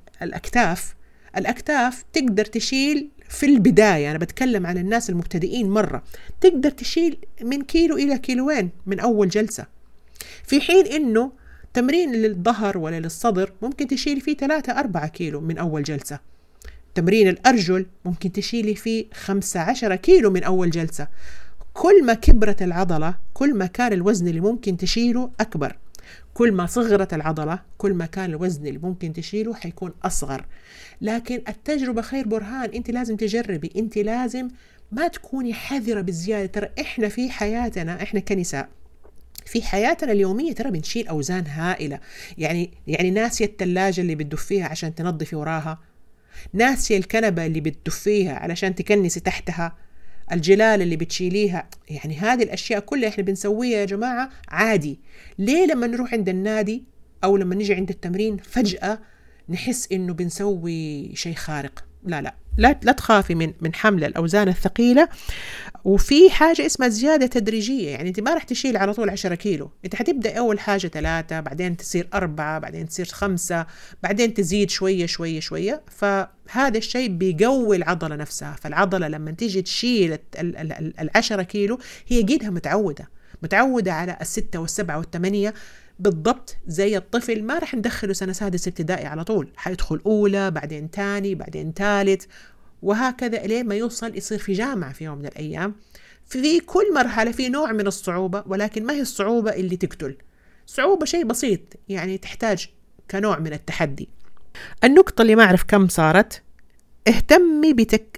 الأكتاف تقدر تشيل في البداية، أنا بتكلم عن الناس المبتدئين مرة، تقدر تشيل من كيلو إلى كيلوين من أول جلسة، في حين إنه تمرين للظهر ولا للصدر ممكن تشيل فيه 3-4 كيلو من أول جلسة. تمرين الأرجل ممكن تشيلي فيه 15 كيلو من أول جلسة. كل ما كبرت العضلة كل ما كان الوزن اللي ممكن تشيله أكبر، كل ما صغرت العضلة كل ما كان الوزن اللي ممكن تشيله حيكون أصغر. لكن التجربة خير برهان، أنت لازم تجربي، أنت لازم ما تكوني حذرة بالزيادة. ترى إحنا في حياتنا، إحنا كنساء في حياتنا اليومية ترى بنشيل أوزان هائلة. يعني ناسية الثلاجة اللي بتدفيها عشان تنظفي وراها، ناسية الكنبة اللي بتدفيها علشان تكنسي تحتها، الجلال اللي بتشيليها. يعني هذه الأشياء كلها إحنا بنسويها يا جماعة عادي. ليه لما نروح عند النادي أو لما نجي عند التمرين فجأة نحس إنه بنسوي شيء خارق؟ لا تخافي من حمل الأوزان الثقيلة. وفي حاجة اسمها زيادة تدريجية. يعني أنت ما رح تشيل على طول 10 كيلو، أنت حتبدأ أول حاجة 3، بعدين تصير 4، بعدين تصير 5، بعدين تزيد شوية شوية شوية. فهذا الشيء بيقوي العضلة نفسها. فالعضلة لما تيجي تشيل 10 كيلو هي جيدها متعودة على 6 و7 و8 بالضبط. زي الطفل ما رح ندخله سنة سادس ابتدائي على طول، حيدخل أولى بعدين تاني بعدين ثالث وهكذا إليه ما يوصل يصير في جامعة في يوم من الأيام. في كل مرحلة في نوع من الصعوبة، ولكن ما هي الصعوبة اللي تقتل. صعوبة شيء بسيط يعني تحتاج كنوع من التحدي. النقطة اللي ما أعرف كم صارت، اهتمي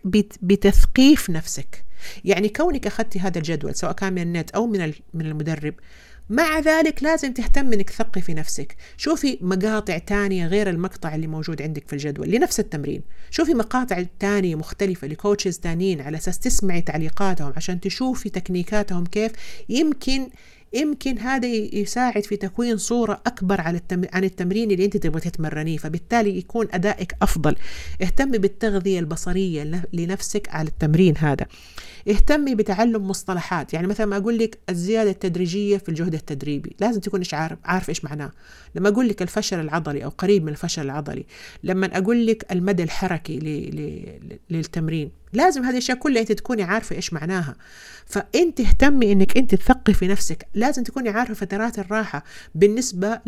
بتثقيف نفسك. يعني كونك أخذتي هذا الجدول سواء كان من النت أو من المدرب، مع ذلك لازم تهتم انك تثقفي نفسك. شوفي مقاطع تانية غير المقطع اللي موجود عندك في الجدول لنفس التمرين، شوفي مقاطع تانية مختلفة لكوتشز تانيين على أساس تسمعي تعليقاتهم عشان تشوفي تكنيكاتهم كيف. يمكن هذا يساعد في تكوين صورة أكبر عن التمرين اللي أنت تبغى تتمرنيه، فبالتالي يكون أدائك أفضل. اهتمي بالتغذية البصرية لنفسك على التمرين هذا. اهتمي بتعلم مصطلحات. يعني مثلا ما أقول لك الزيادة التدريجية في الجهد التدريبي، لازم تكون عارف إيش معناه. لما أقول لك الفشل العضلي أو قريب من الفشل العضلي، لما أقول لك المدى الحركي للتمرين، لازم هذه الأشياء كلها أنت تكوني عارفة إيش معناها. فأنت اهتمي إنك أنت تثقفي نفسك. لازم تكوني عارفة فترات الراحة بالنسبة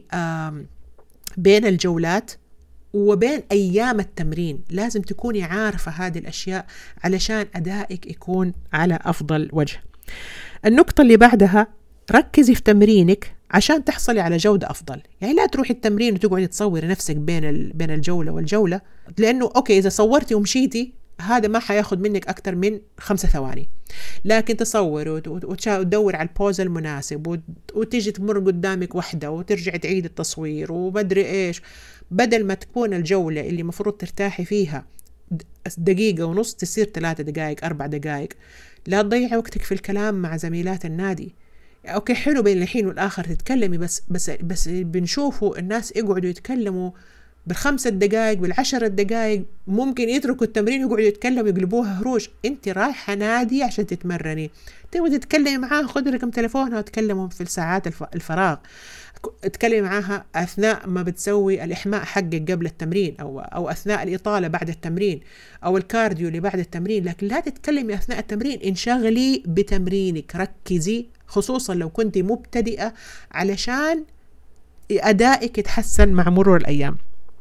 بين الجولات وبين أيام التمرين. لازم تكوني عارفة هذه الأشياء علشان أدائك يكون على أفضل وجه. النقطة اللي بعدها، ركزي في تمرينك عشان تحصلي على جودة أفضل. يعني لا تروحي التمرين وتقعدي تصوري نفسك بين الجولة والجولة، لأنه أوكي إذا صورتي ومشيتي هذا ما حياخد منك أكتر من 5 ثواني. لكن تصور وتدور على البوز المناسب وتيجي تمر قدامك واحدة وترجع تعيد التصوير ومدري إيش، بدل ما تكون الجولة اللي مفروض ترتاحي فيها 1.5 دقيقة تصير 3 دقائق 4 دقائق. لا تضيعي وقتك في الكلام مع زميلات النادي. أوكي حلو بين الحين والآخر تتكلمي، بس بنشوفوا الناس يقعدوا يتكلموا ب5 دقائق ب10 دقائق، ممكن يتركوا التمرين ويقعدوا يتكلموا يقلبوها هروج. انت رايحة نادي عشان تتمرني، تبغي تتكلمي معاها خذ رقم تليفونها وتكلموا في الساعات الفراغ، تكلمي معاها أثناء ما بتسوي الإحماء حقك قبل التمرين أو أثناء الإطالة بعد التمرين أو الكارديو اللي بعد التمرين. لكن لا تتكلمي أثناء التمرين. انشغلي بتمرينك، ركزي خصوصا لو كنت مبتدئة علشان أدائك يتحسن مع مرور الأيام.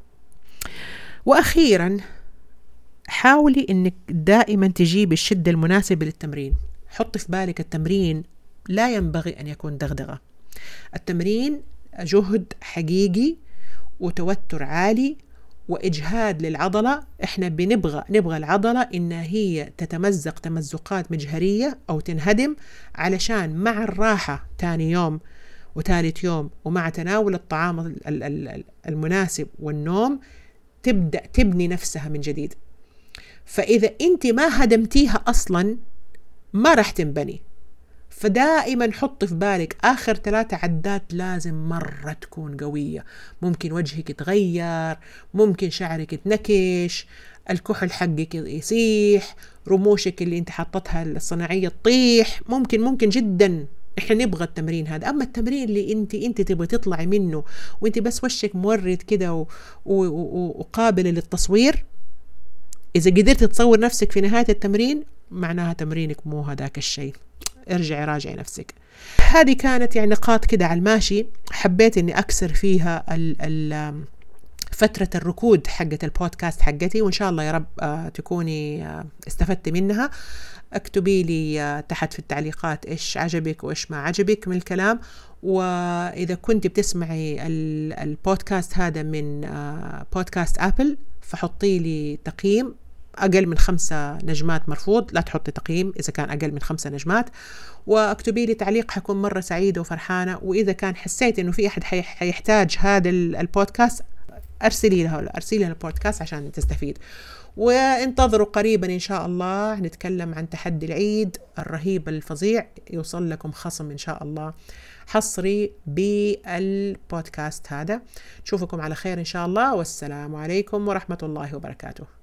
وأخيرا حاولي أنك دائما تجيب الشدة المناسبة للتمرين. حطي في بالك التمرين لا ينبغي أن يكون دغدغة. التمرين جهد حقيقي وتوتر عالي وإجهاد للعضلة. إحنا نبغى العضلة إن هي تتمزق تمزقات مجهرية أو تنهدم، علشان مع الراحة تاني يوم وثالث يوم ومع تناول الطعام المناسب والنوم تبدأ تبني نفسها من جديد. فإذا أنت ما هدمتيها أصلا ما راح تنبني. فدائما حط في بالك آخر 3 عدات لازم مرة تكون قوية. ممكن وجهك يتغير، ممكن شعرك يتنكش، الكحل حقك يسيح، رموشك اللي انت حطتها الصناعية تطيح، ممكن جدا. احنا نبغى التمرين هذا. اما التمرين اللي انت تبغى تطلعي منه وانت بس وشك مورد كده وقابل للتصوير، اذا قدرت تصور نفسك في نهاية التمرين معناها تمرينك مو هذاك الشيء. ارجعي راجعي نفسك. هذه كانت يعني نقاط كده على الماشي، حبيت اني اكسر فيها فترة الركود حقة البودكاست حقتي، وإن شاء الله يا رب تكوني استفدت منها. اكتبي لي تحت في التعليقات إيش عجبك وإيش ما عجبك من الكلام. وإذا كنت بتسمعي البودكاست هذا من بودكاست أبل فحطي لي تقييم. أقل من 5 نجمات مرفوض، لا تحطي تقييم إذا كان أقل من 5 نجمات. واكتبي لي تعليق، حكون مرة سعيدة وفرحانة. وإذا كان حسيت إنه في أحد حيحتاج هذا البودكاست أرسلي له البودكاست عشان تستفيد. وانتظروا قريبا إن شاء الله نتكلم عن تحدي العيد الرهيب الفظيع، يوصل لكم خصم إن شاء الله حصري بالبودكاست هذا. نشوفكم على خير إن شاء الله، والسلام عليكم ورحمة الله وبركاته.